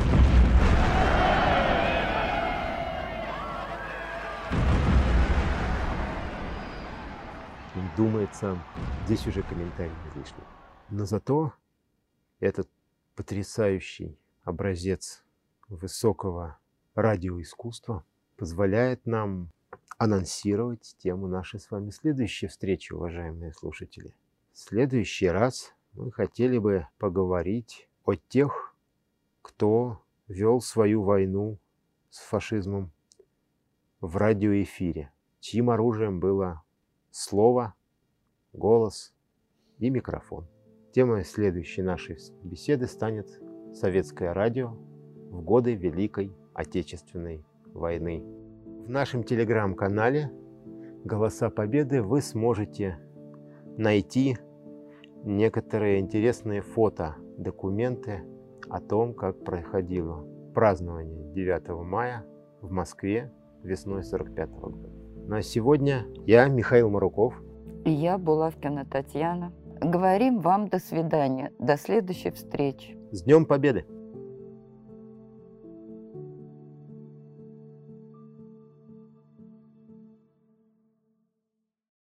Думается, здесь уже комментарий излишний. Но зато этот потрясающий образец высокого радиоискусства позволяет нам анонсировать тему нашей с вами следующей встречи, уважаемые слушатели. В следующий раз мы хотели бы поговорить о тех, кто вел свою войну с фашизмом в радиоэфире, чьим оружием было слово, голос и микрофон. Темой следующей нашей беседы станет советское радио в годы Великой Отечественной войны. В нашем телеграм-канале «Голоса Победы» вы сможете найти некоторые интересные фото, документы о том, как проходило празднование 9 мая в Москве весной 1945 года. Ну а сегодня я, Михаил Маруков. И я, Булавкина Татьяна. Говорим вам до свидания. До следующей встречи. С Днем Победы!